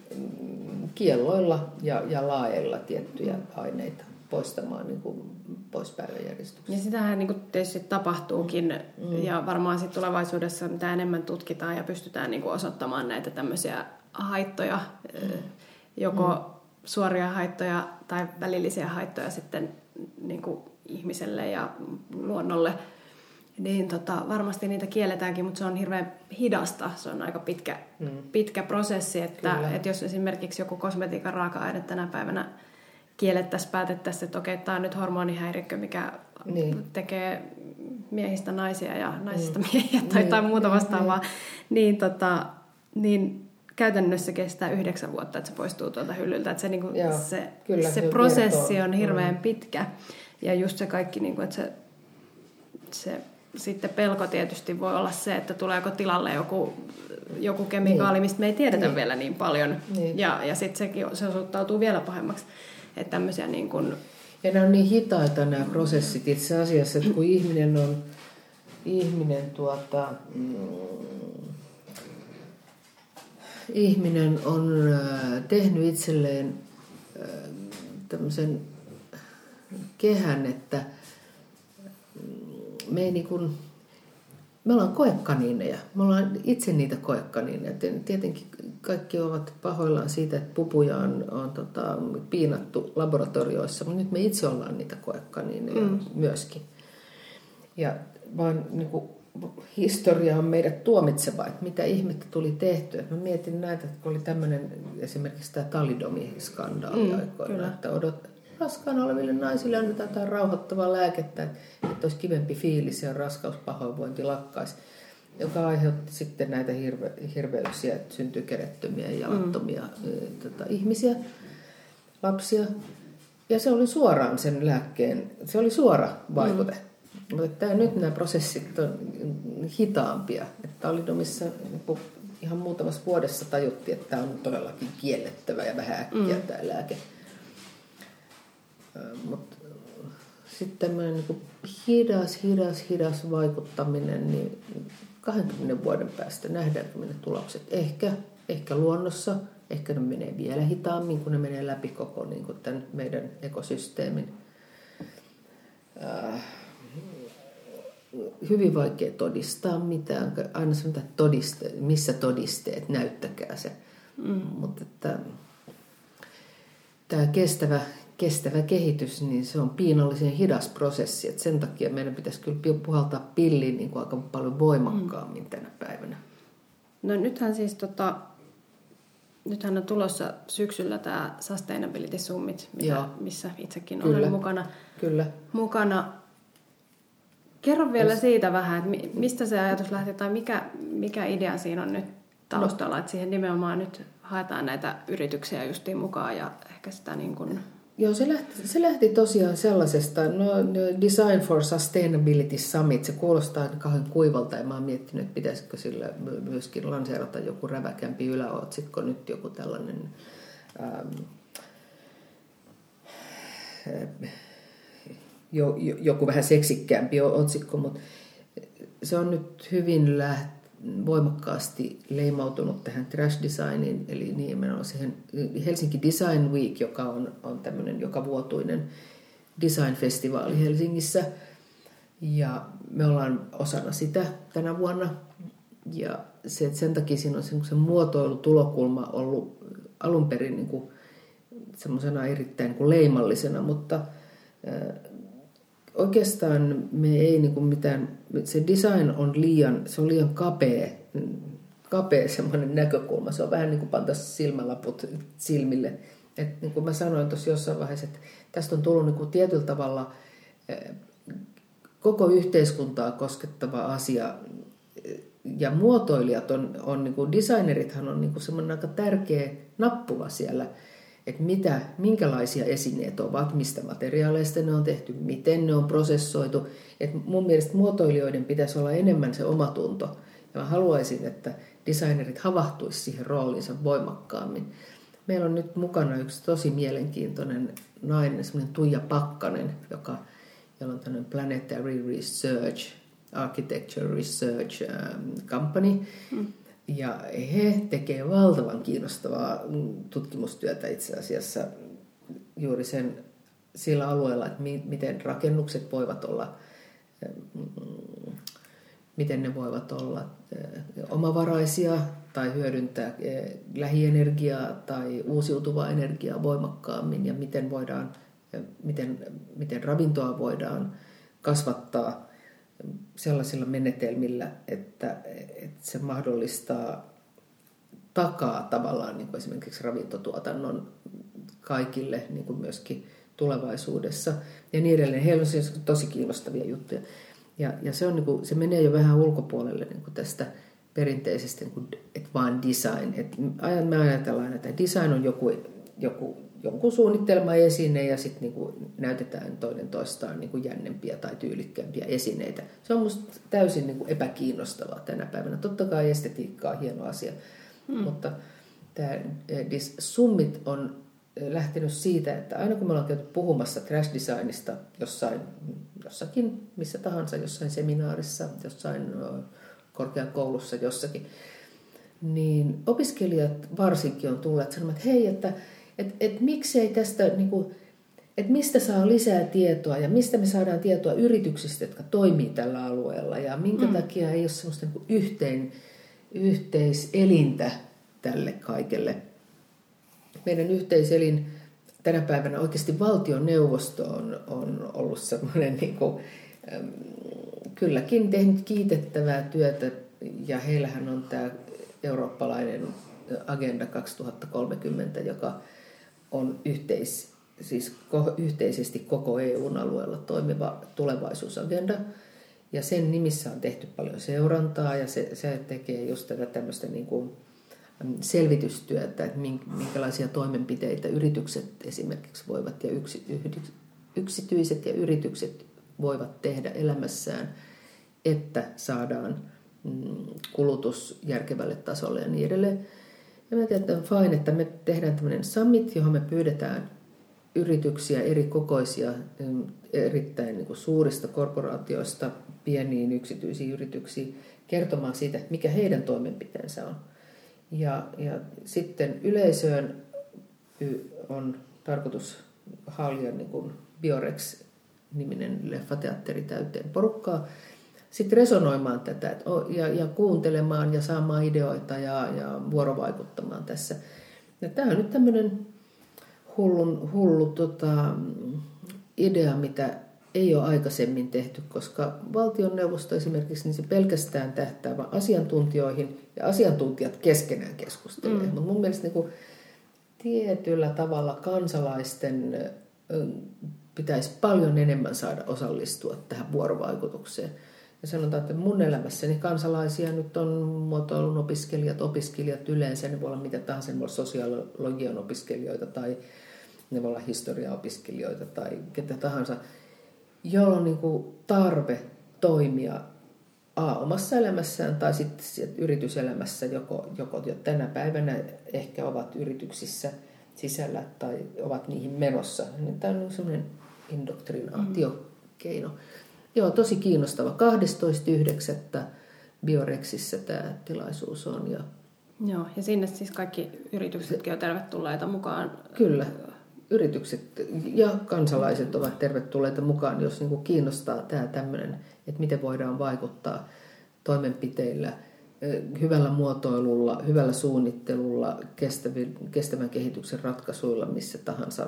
Speaker 2: kielloilla ja, ja laajeilla tiettyjä aineita poistamaan niin kuin pois päiväjärjestyksestä.
Speaker 1: Ja sitähän niin kuin tietysti tapahtuukin mm. ja varmaan sit tulevaisuudessa mitä enemmän tutkitaan ja pystytään niin kuin osoittamaan näitä tämmöisiä haittoja, mm. joko mm. suoria haittoja tai välillisiä haittoja sitten niin kuin ihmiselle ja luonnolle. Niin tota, varmasti niitä kielletäänkin, mutta se on hirveän hidasta. Se on aika pitkä, mm. pitkä prosessi, että, että jos esimerkiksi joku kosmetiikan raaka-aine tänä päivänä kiellettäisiin, päätettäisiin, että okei, tämä on nyt hormonihäirikkö, mikä niin. tekee miehistä naisia ja naisista mm. miehiä tai jotain niin. muuta vastaavaa, niin, niin, tota, niin käytännössä kestää yhdeksän vuotta, että se poistuu tuolta hyllyltä. Että se, niin kuin, Joo, se, kyllä, se prosessi on hirveän mm. pitkä ja just se kaikki, niin kuin, että se, se sitten pelko tietysti voi olla se, että tuleeko tilalle joku, joku kemikaali, niin. mistä me ei tiedetä niin. vielä niin paljon. Niin. Ja, ja sitten sekin se osoittautuu vielä pahemmaksi. Että tämmöisiä niin kuin...
Speaker 2: Ja nämä on niin hitaita nämä prosessit itse asiassa, että kun ihminen on, ihminen tuota, mm, ihminen on äh, tehnyt itselleen äh, tämmöisen kehän, että me ei niin kuin, me ollaan koekaniineja. Me ollaan itse niitä koekaniineja. Tietenkin kaikki ovat pahoillaan siitä, että pupuja on, on tota, piinattu laboratorioissa, mutta nyt me itse ollaan niitä koekaniineja mm. myöskin. Ja vaan niin kuin, historia on meidät tuomitseva, että mitä ihmettä tuli tehtyä. Mä mietin näitä, että oli tämmöinen esimerkiksi tämä talidomi-skandaali mm, aikoina, että odot, raskaana oleville naisille annetaan jotain rauhoittavaa lääkettä, että olisi kivempi fiilis ja raskauspahoinvointi lakkaisi, joka aiheutti sitten näitä hirve, hirveyksiä, että syntyi kerettömiä ja jalattomia mm. tota, ihmisiä, lapsia. Ja se oli suoraan sen lääkkeen, se oli suora vaikute. Mm. Mutta tämä, nyt nämä prosessit on hitaampia. Että talidomissa ihan muutamassa vuodessa tajuttiin, että tämä on todellakin kiellettävä ja vähän äkkiä mm. tämä lääke. Mutta sitten tämmöinen niin kuin hidas, hidas, hidas vaikuttaminen, niin kahdenkymmenen vuoden päästä nähdäänkö me ne tulokset. Ehkä, ehkä luonnossa, ehkä ne menee vielä hitaammin, kun ne menee läpi koko niin kuin tämän meidän ekosysteemin. Äh, hyvin vaikea todistaa mitään. Aina sanotaan, että todiste, missä todisteet, näyttäkää se. Mm. Mutta että, tämä kestävä, kestävä kehitys, niin se on piinallisen hidas prosessi. Että sen takia meidän pitäisi kyllä puhaltaa pilliin niin kuin aika paljon voimakkaammin mm. tänä päivänä.
Speaker 1: No nythän siis tota, nythän on tulossa syksyllä tämä Sustainability Summit, mitä, missä itsekin kyllä. olen mukana.
Speaker 2: Kyllä.
Speaker 1: mukana. Kerro vielä Jos... siitä vähän, että mistä se ajatus lähti tai mikä, mikä idea siinä on nyt taustalla, no. että siihen nimenomaan nyt haetaan näitä yrityksiä justiin mukaan ja ehkä sitä niin kuin...
Speaker 2: Joo, se lähti, se lähti tosiaan sellaisesta, no Design for Sustainability Summit, se kuulostaa kauhean kuivalta ja mä oon miettinyt, että pitäisikö sillä myöskin lanseerata joku räväkämpi yläotsikko, nyt joku tällainen ähm, jo, joku vähän seksikkäämpi otsikko, mutta se on nyt hyvin läht, voimakkaasti leimautunut tähän trash designiin, eli nimenomaan siihen Helsinki Design Week, joka on, on tämmöinen joka vuotuinen design-festivaali Helsingissä. Ja me ollaan osana sitä tänä vuonna. Ja se, sen takia siinä on se muotoilutulokulma ollut alun perin niin kuin semmoisena erittäin niin kuin leimallisena, mutta oikeastaan me ei niin kuin mitään, se design on liian, se on liian kapea, kapea semmoinen näkökulma. Se on vähän niin kuin pantaisi silmälaput silmille. Et niin kuin mä sanoin tuossa jossain vaiheessa, että tästä on tullut niin kuin tietyllä tavalla koko yhteiskuntaa koskettava asia. Ja muotoilijat on, on niin kuin designerithan on niin kuin semmoinen aika tärkeä nappula siellä, että mitä, minkälaisia esineet ovat, mistä materiaaleista ne on tehty, miten ne on prosessoitu. Et mun mielestä muotoilijoiden pitäisi olla enemmän se omatunto. Ja mä haluaisin, että designerit havahtuisi siihen rooliinsa voimakkaammin. Meillä on nyt mukana yksi tosi mielenkiintoinen nainen, semmoinen Tuija Pakkanen, joka, jolla on tämmöinen Planetary Research, Architecture Research Company. Mm. Ja he tekevät valtavan kiinnostavaa tutkimustyötä itse asiassa juuri sen sillä alueella, että mi- miten rakennukset voivat olla, miten ne voivat olla omavaraisia tai hyödyntää lähienergiaa tai uusiutuvaa energiaa voimakkaammin ja miten, voidaan, miten, miten ravintoa voidaan kasvattaa sellaisilla menetelmillä, että, että se mahdollistaa takaa tavallaan niin kuin esimerkiksi ravintotuotannon kaikille niin kuin myöskin tulevaisuudessa ja niin edelleen. Heillä on siis tosi kiinnostavia juttuja. Ja, ja se, on, niin kuin, se menee jo vähän ulkopuolelle niin kuin tästä perinteisestä, niin kuin, että vaan design. Et me ajatellaan, että design on joku, joku, jonkun suunnittelema esine ja sitten niinku näytetään toinen toistaan niinku jännempiä tai tyylikkäämpiä esineitä. Se on musta täysin niinku epäkiinnostavaa tänä päivänä. Totta kai estetiikka on hieno asia, mm. mutta tämä Summit on lähtenyt siitä, että aina kun me ollaan käyty puhumassa trash designista jossain, jossakin, missä tahansa, jossain seminaarissa, jossain korkeakoulussa, jossakin, niin opiskelijat varsinkin on tulleet sanomaan, että hei, että et, et miksei tästä, niin kuin, että mistä saa lisää tietoa ja mistä me saadaan tietoa yrityksistä, jotka toimii tällä alueella ja minkä mm. takia ei ole sellaista niin kuin yhteen, yhteiselintä tälle kaikelle. Meidän yhteiselin tänä päivänä oikeasti valtioneuvosto on, on ollut sellainen niin kuin, äm, kylläkin tehnyt kiitettävää työtä ja heillähän on tämä eurooppalainen Agenda kaksituhattakolmekymmentä, joka on yhteis, siis ko, yhteisesti koko E U:n alueella toimiva tulevaisuusagenda. Ja sen nimissä on tehty paljon seurantaa ja se, se tekee just tätä tämmöistä niin kuin selvitystyötä, että minkälaisia toimenpiteitä yritykset esimerkiksi voivat ja yksi, yksityiset ja yritykset voivat tehdä elämässään, että saadaan kulutus järkevälle tasolle ja niin edelleen. Ja mä tiedän, että on fine, että me tehdään tämmöinen summit, johon me pyydetään yrityksiä eri kokoisia, erittäin niin kuin suurista korporaatioista pieniin yksityisiin yrityksiin kertomaan siitä, mikä heidän toimenpiteensä on. Ja, ja sitten yleisöön on tarkoitus haalia niin kuin Biorex-niminen leffateatteri täyteen porukkaa, sitten resonoimaan tätä ja, ja kuuntelemaan ja saamaan ideoita ja, ja vuorovaikuttamaan tässä. Ja tämä on nyt tämmöinen hullun, hullu tota, idea, mitä ei ole aikaisemmin tehty, koska valtionneuvosto esimerkiksi niin se pelkästään tähtää vain asiantuntijoihin ja asiantuntijat keskenään keskustelee. Mm. Mutta mun mielestä niin kuin tietyllä tavalla kansalaisten pitäisi paljon enemmän saada osallistua tähän vuorovaikutukseen. Ja sanotaan, että mun elämässäni kansalaisia nyt on muotoilun opiskelijat, opiskelijat yleensä, ne voi olla mitä tahansa, ne voi olla sosiologian opiskelijoita tai ne voi olla historiaopiskelijoita tai ketä tahansa, jolla on niin kuin tarve toimia A, omassa elämässään tai sitten yrityselämässä, joko, joko jo tänä päivänä ehkä ovat yrityksissä sisällä tai ovat niihin menossa. Tämä on sellainen indoktrinaatiokeino. Mm. Joo, tosi kiinnostava. kahdestoista yhdeksättä Biorexissä tämä tilaisuus on. Ja
Speaker 1: joo, ja sinne siis kaikki yrityksetkin on tervetulleita mukaan.
Speaker 2: Kyllä, yritykset ja kansalaiset ovat tervetulleita mukaan, jos niin kuin kiinnostaa tämä tämmöinen, että miten voidaan vaikuttaa toimenpiteillä, hyvällä muotoilulla, hyvällä suunnittelulla, kestävän kehityksen ratkaisuilla missä tahansa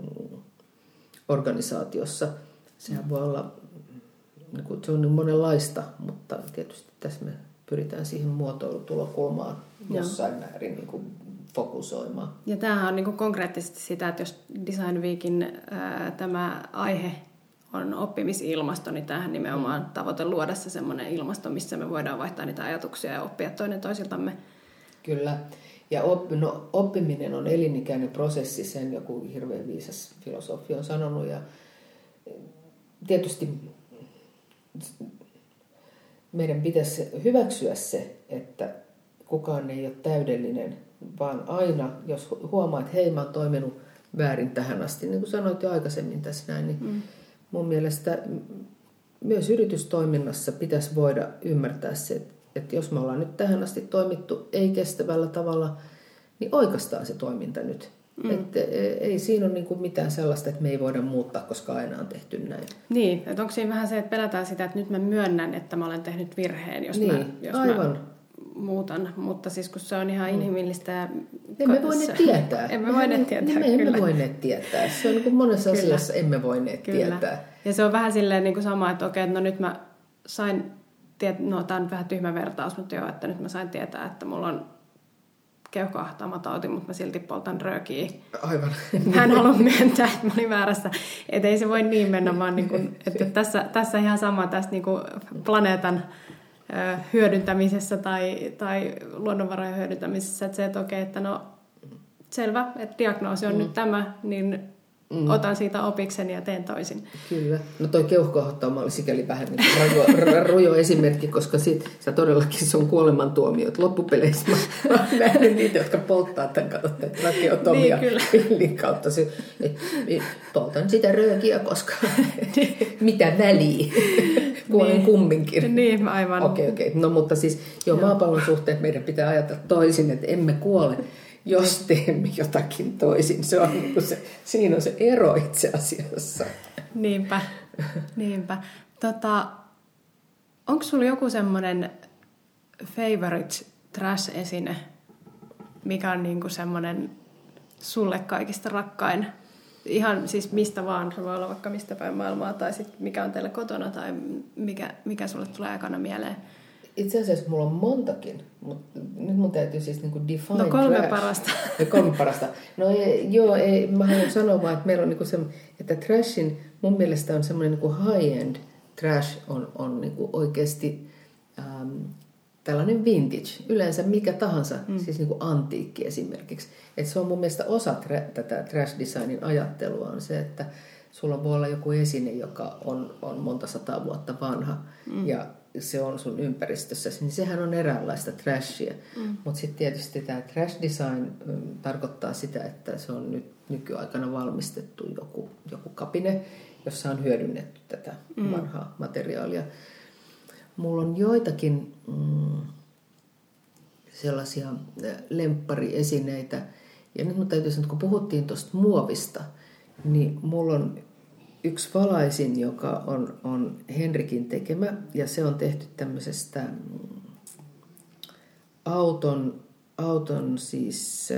Speaker 2: organisaatiossa. Sehän voi olla, se on niin monenlaista, mutta tietysti tässä me pyritään siihen muotoilutulokulmaan jossain määrin niin kuin fokusoimaan.
Speaker 1: Ja tämähän on niin kuin konkreettisesti sitä, että jos Design Weekin ää, tämä aihe on oppimisilmasto, niin tämähän nimenomaan mm. tavoite luoda se semmoinen ilmasto, missä me voidaan vaihtaa niitä ajatuksia ja oppia toinen toisiltamme.
Speaker 2: Kyllä. Ja oppi, no, oppiminen on elinikäinen prosessi, sen joku hirveän viisas filosofi on sanonut. Ja tietysti meidän pitäisi hyväksyä se, että kukaan ei ole täydellinen, vaan aina, jos huomaa, että hei, mä oon toiminut väärin tähän asti, niin kuin sanoit jo aikaisemmin tässä näin, niin mm. mun mielestä myös yritystoiminnassa pitäisi voida ymmärtää se, että jos me ollaan nyt tähän asti toimittu ei-kestävällä tavalla, niin oikaistaan se toiminta nyt. Mm. Että ei siinä ole niin kuin mitään sellaista, että me ei voida muuttaa, koska aina on tehty näin.
Speaker 1: Niin, että onko siinä vähän se, että pelätään sitä, että nyt mä myönnän, että mä olen tehnyt virheen, jos,
Speaker 2: niin,
Speaker 1: mä, jos aivan. mä muutan. Mutta siis kun se on ihan inhimillistä. Ja
Speaker 2: emme voineet tietää.
Speaker 1: emme voineet tietää,
Speaker 2: Me emme kyllä. voineet tietää. Se on niin kuin monessa kyllä. asiassa emme voineet kyllä. tietää.
Speaker 1: Ja se on vähän silleen niin kuin sama, että okei, no nyt mä sain, tiet- no tämä on vähän tyhmä vertaus, mutta joo, että nyt mä sain tietää, että mulla on keuhkoahtaama tauti, mutta mä silti poltan röökiä.
Speaker 2: Aivan.
Speaker 1: Mä en halua myöntää, että mä olin väärässä. Että ei se voi niin mennä, vaan niin kuin, että tässä, tässä ihan sama tässä niin kuin planeetan ö, hyödyntämisessä tai, tai luonnonvarojen hyödyntämisessä. Että se, että okei, että no selvä, että diagnoosi on mm. nyt tämä, niin mm. otan siitä opikseni ja teen toisin.
Speaker 2: Kyllä. No toi keuhkoahtaama oli sikäli vähän niin rujo, rujo esimerkki, koska sit, sä todellakin se on kuolemantuomiot. Loppupeleissä mä oon nähnyt niitä, jotka polttaa tämän kautta trakeotomia
Speaker 1: niin,
Speaker 2: pillin kautta. Se, et, et, poltan sitä röökiä, koska mitä väliä. Kuolen niin. kumminkin.
Speaker 1: Niin, aivan.
Speaker 2: Okei, okay, okei. Okay. No mutta siis jo maapallon suhteen meidän pitää ajatella toisin, että emme kuole, jos teemme jotakin toisin. Se on niin se, siinä on se ero itse asiassa.
Speaker 1: Niinpä, niinpä. Tota, onko sulla joku semmoinen favorite trash-esine, mikä on niinku semmoinen sulle kaikista rakkain? Ihan siis mistä vaan, se voi olla vaikka mistä päin maailmaa, tai sitten mikä on teillä kotona, tai mikä, mikä sulle tulee ekana mieleen?
Speaker 2: Itse asiassa mulla on montakin, mutta nyt mun täytyy siis niinku define
Speaker 1: no kolme
Speaker 2: trash.
Speaker 1: parasta.
Speaker 2: Ja kolme parasta. No ei, joo, ei, mä haluan sanoa vaan, että meillä on niinku se, että trashin mun mielestä on semmoinen niinku high-end trash on, on niinku oikeasti ähm, tällainen vintage. Yleensä mikä tahansa, mm. siis niinku antiikki esimerkiksi. Että se on mun mielestä osa tra- tätä trash designin ajattelua on se, että sulla voi olla joku esine, joka on, on monta sataa vuotta vanha mm. ja se on sun ympäristössä, niin sehän on eräänlaista trashia. Mm. Mutta sitten tietysti tämä trash design mm, tarkoittaa sitä, että se on nyt nykyaikana valmistettu joku, joku kapine, jossa on hyödynnetty tätä mm. vanhaa materiaalia. Mulla on joitakin mm, sellaisia lemppariesineitä. Ja nyt mun täytyy sanoa, että kun puhuttiin tuosta muovista, niin mulla on yksi valaisin, joka on, on Henrikin tekemä. Ja se on tehty tämmöisestä auton, auton siis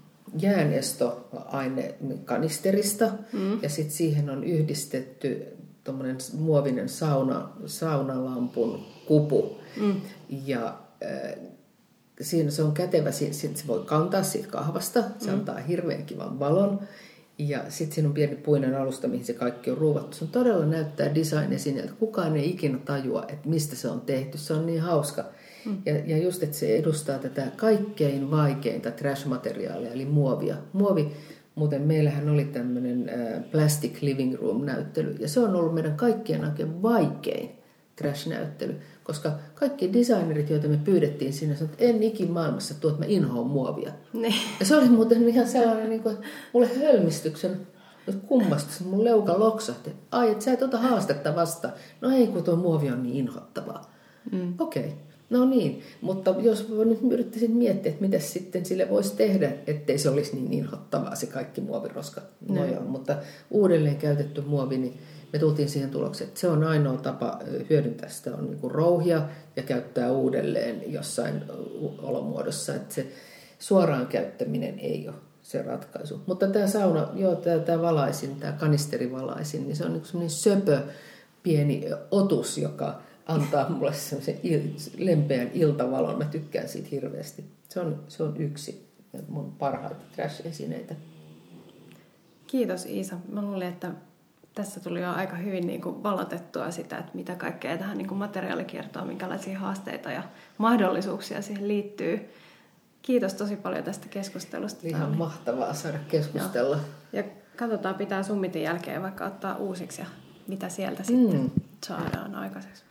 Speaker 2: jäänestoainekanisterista. Mm. Ja sitten siihen on yhdistetty tommonen muovinen sauna, saunalampun kupu. Mm. Ja äh, siinä se on kätevä, se voi kantaa siitä kahvasta, se mm. antaa hirveän kivan valon. Ja sitten siinä on pieni puinen alusta, mihin se kaikki on ruuvattu. Se on todella näyttää design-esineeltä. Kukaan ei ikinä tajua, että mistä se on tehty. Se on niin hauska. Mm. Ja, ja just, että se edustaa tätä kaikkein vaikeinta trash-materiaalia, eli muovia. Muovi, muuten meillähän oli tämmöinen äh, Plastic Living Room-näyttely. Ja se on ollut meidän kaikkien oikein vaikein trash-näyttely. Koska kaikki designerit, joita me pyydettiin sinne, sanoivat, että en ikin maailmassa tuo, että mä inhoan muovia. Ne. Ja se oli muuten ihan sellainen, niin kuin, että mulle hölmistyksen kummastus, mun leuka loksahti. Ai, että sä et ota haastetta vastaan. No ei, kun tuo muovi on niin inhottavaa. Mm. Okei, okay. No niin. Mutta jos nyt yrittäisin miettiä, että mitä sitten sille voisi tehdä, ettei se olisi niin inhottavaa se kaikki muoviroska. No joo, mutta uudelleen käytetty muovi, niin me tultiin siihen tulokseen, että se on ainoa tapa hyödyntää sitä, on niin kuin rouhia ja käyttää uudelleen jossain olomuodossa, että se suoraan käyttäminen ei ole se ratkaisu. Mutta tämä sauna, joo, tämä, tämä valaisin, tämä kanisterivalaisin, niin se on niin kuin semmoinen söpö pieni otus, joka antaa mulle semmoisen il- lempeän iltavalon. Mä tykkään siitä hirveästi. Se on, se on yksi mun parhaita trash-esineitä.
Speaker 1: Kiitos Iisa. Mä luulin, että tässä tuli jo aika hyvin niin kuin valotettua sitä, että mitä kaikkea tähän niin kuin materiaalikiertoon, minkälaisia haasteita ja mahdollisuuksia siihen liittyy. Kiitos tosi paljon tästä keskustelusta.
Speaker 2: Ihan mahtavaa saada keskustella.
Speaker 1: Ja, ja katsotaan, pitää summitin jälkeen vaikka ottaa uusiksi ja mitä sieltä mm. sitten saadaan aikaiseksi.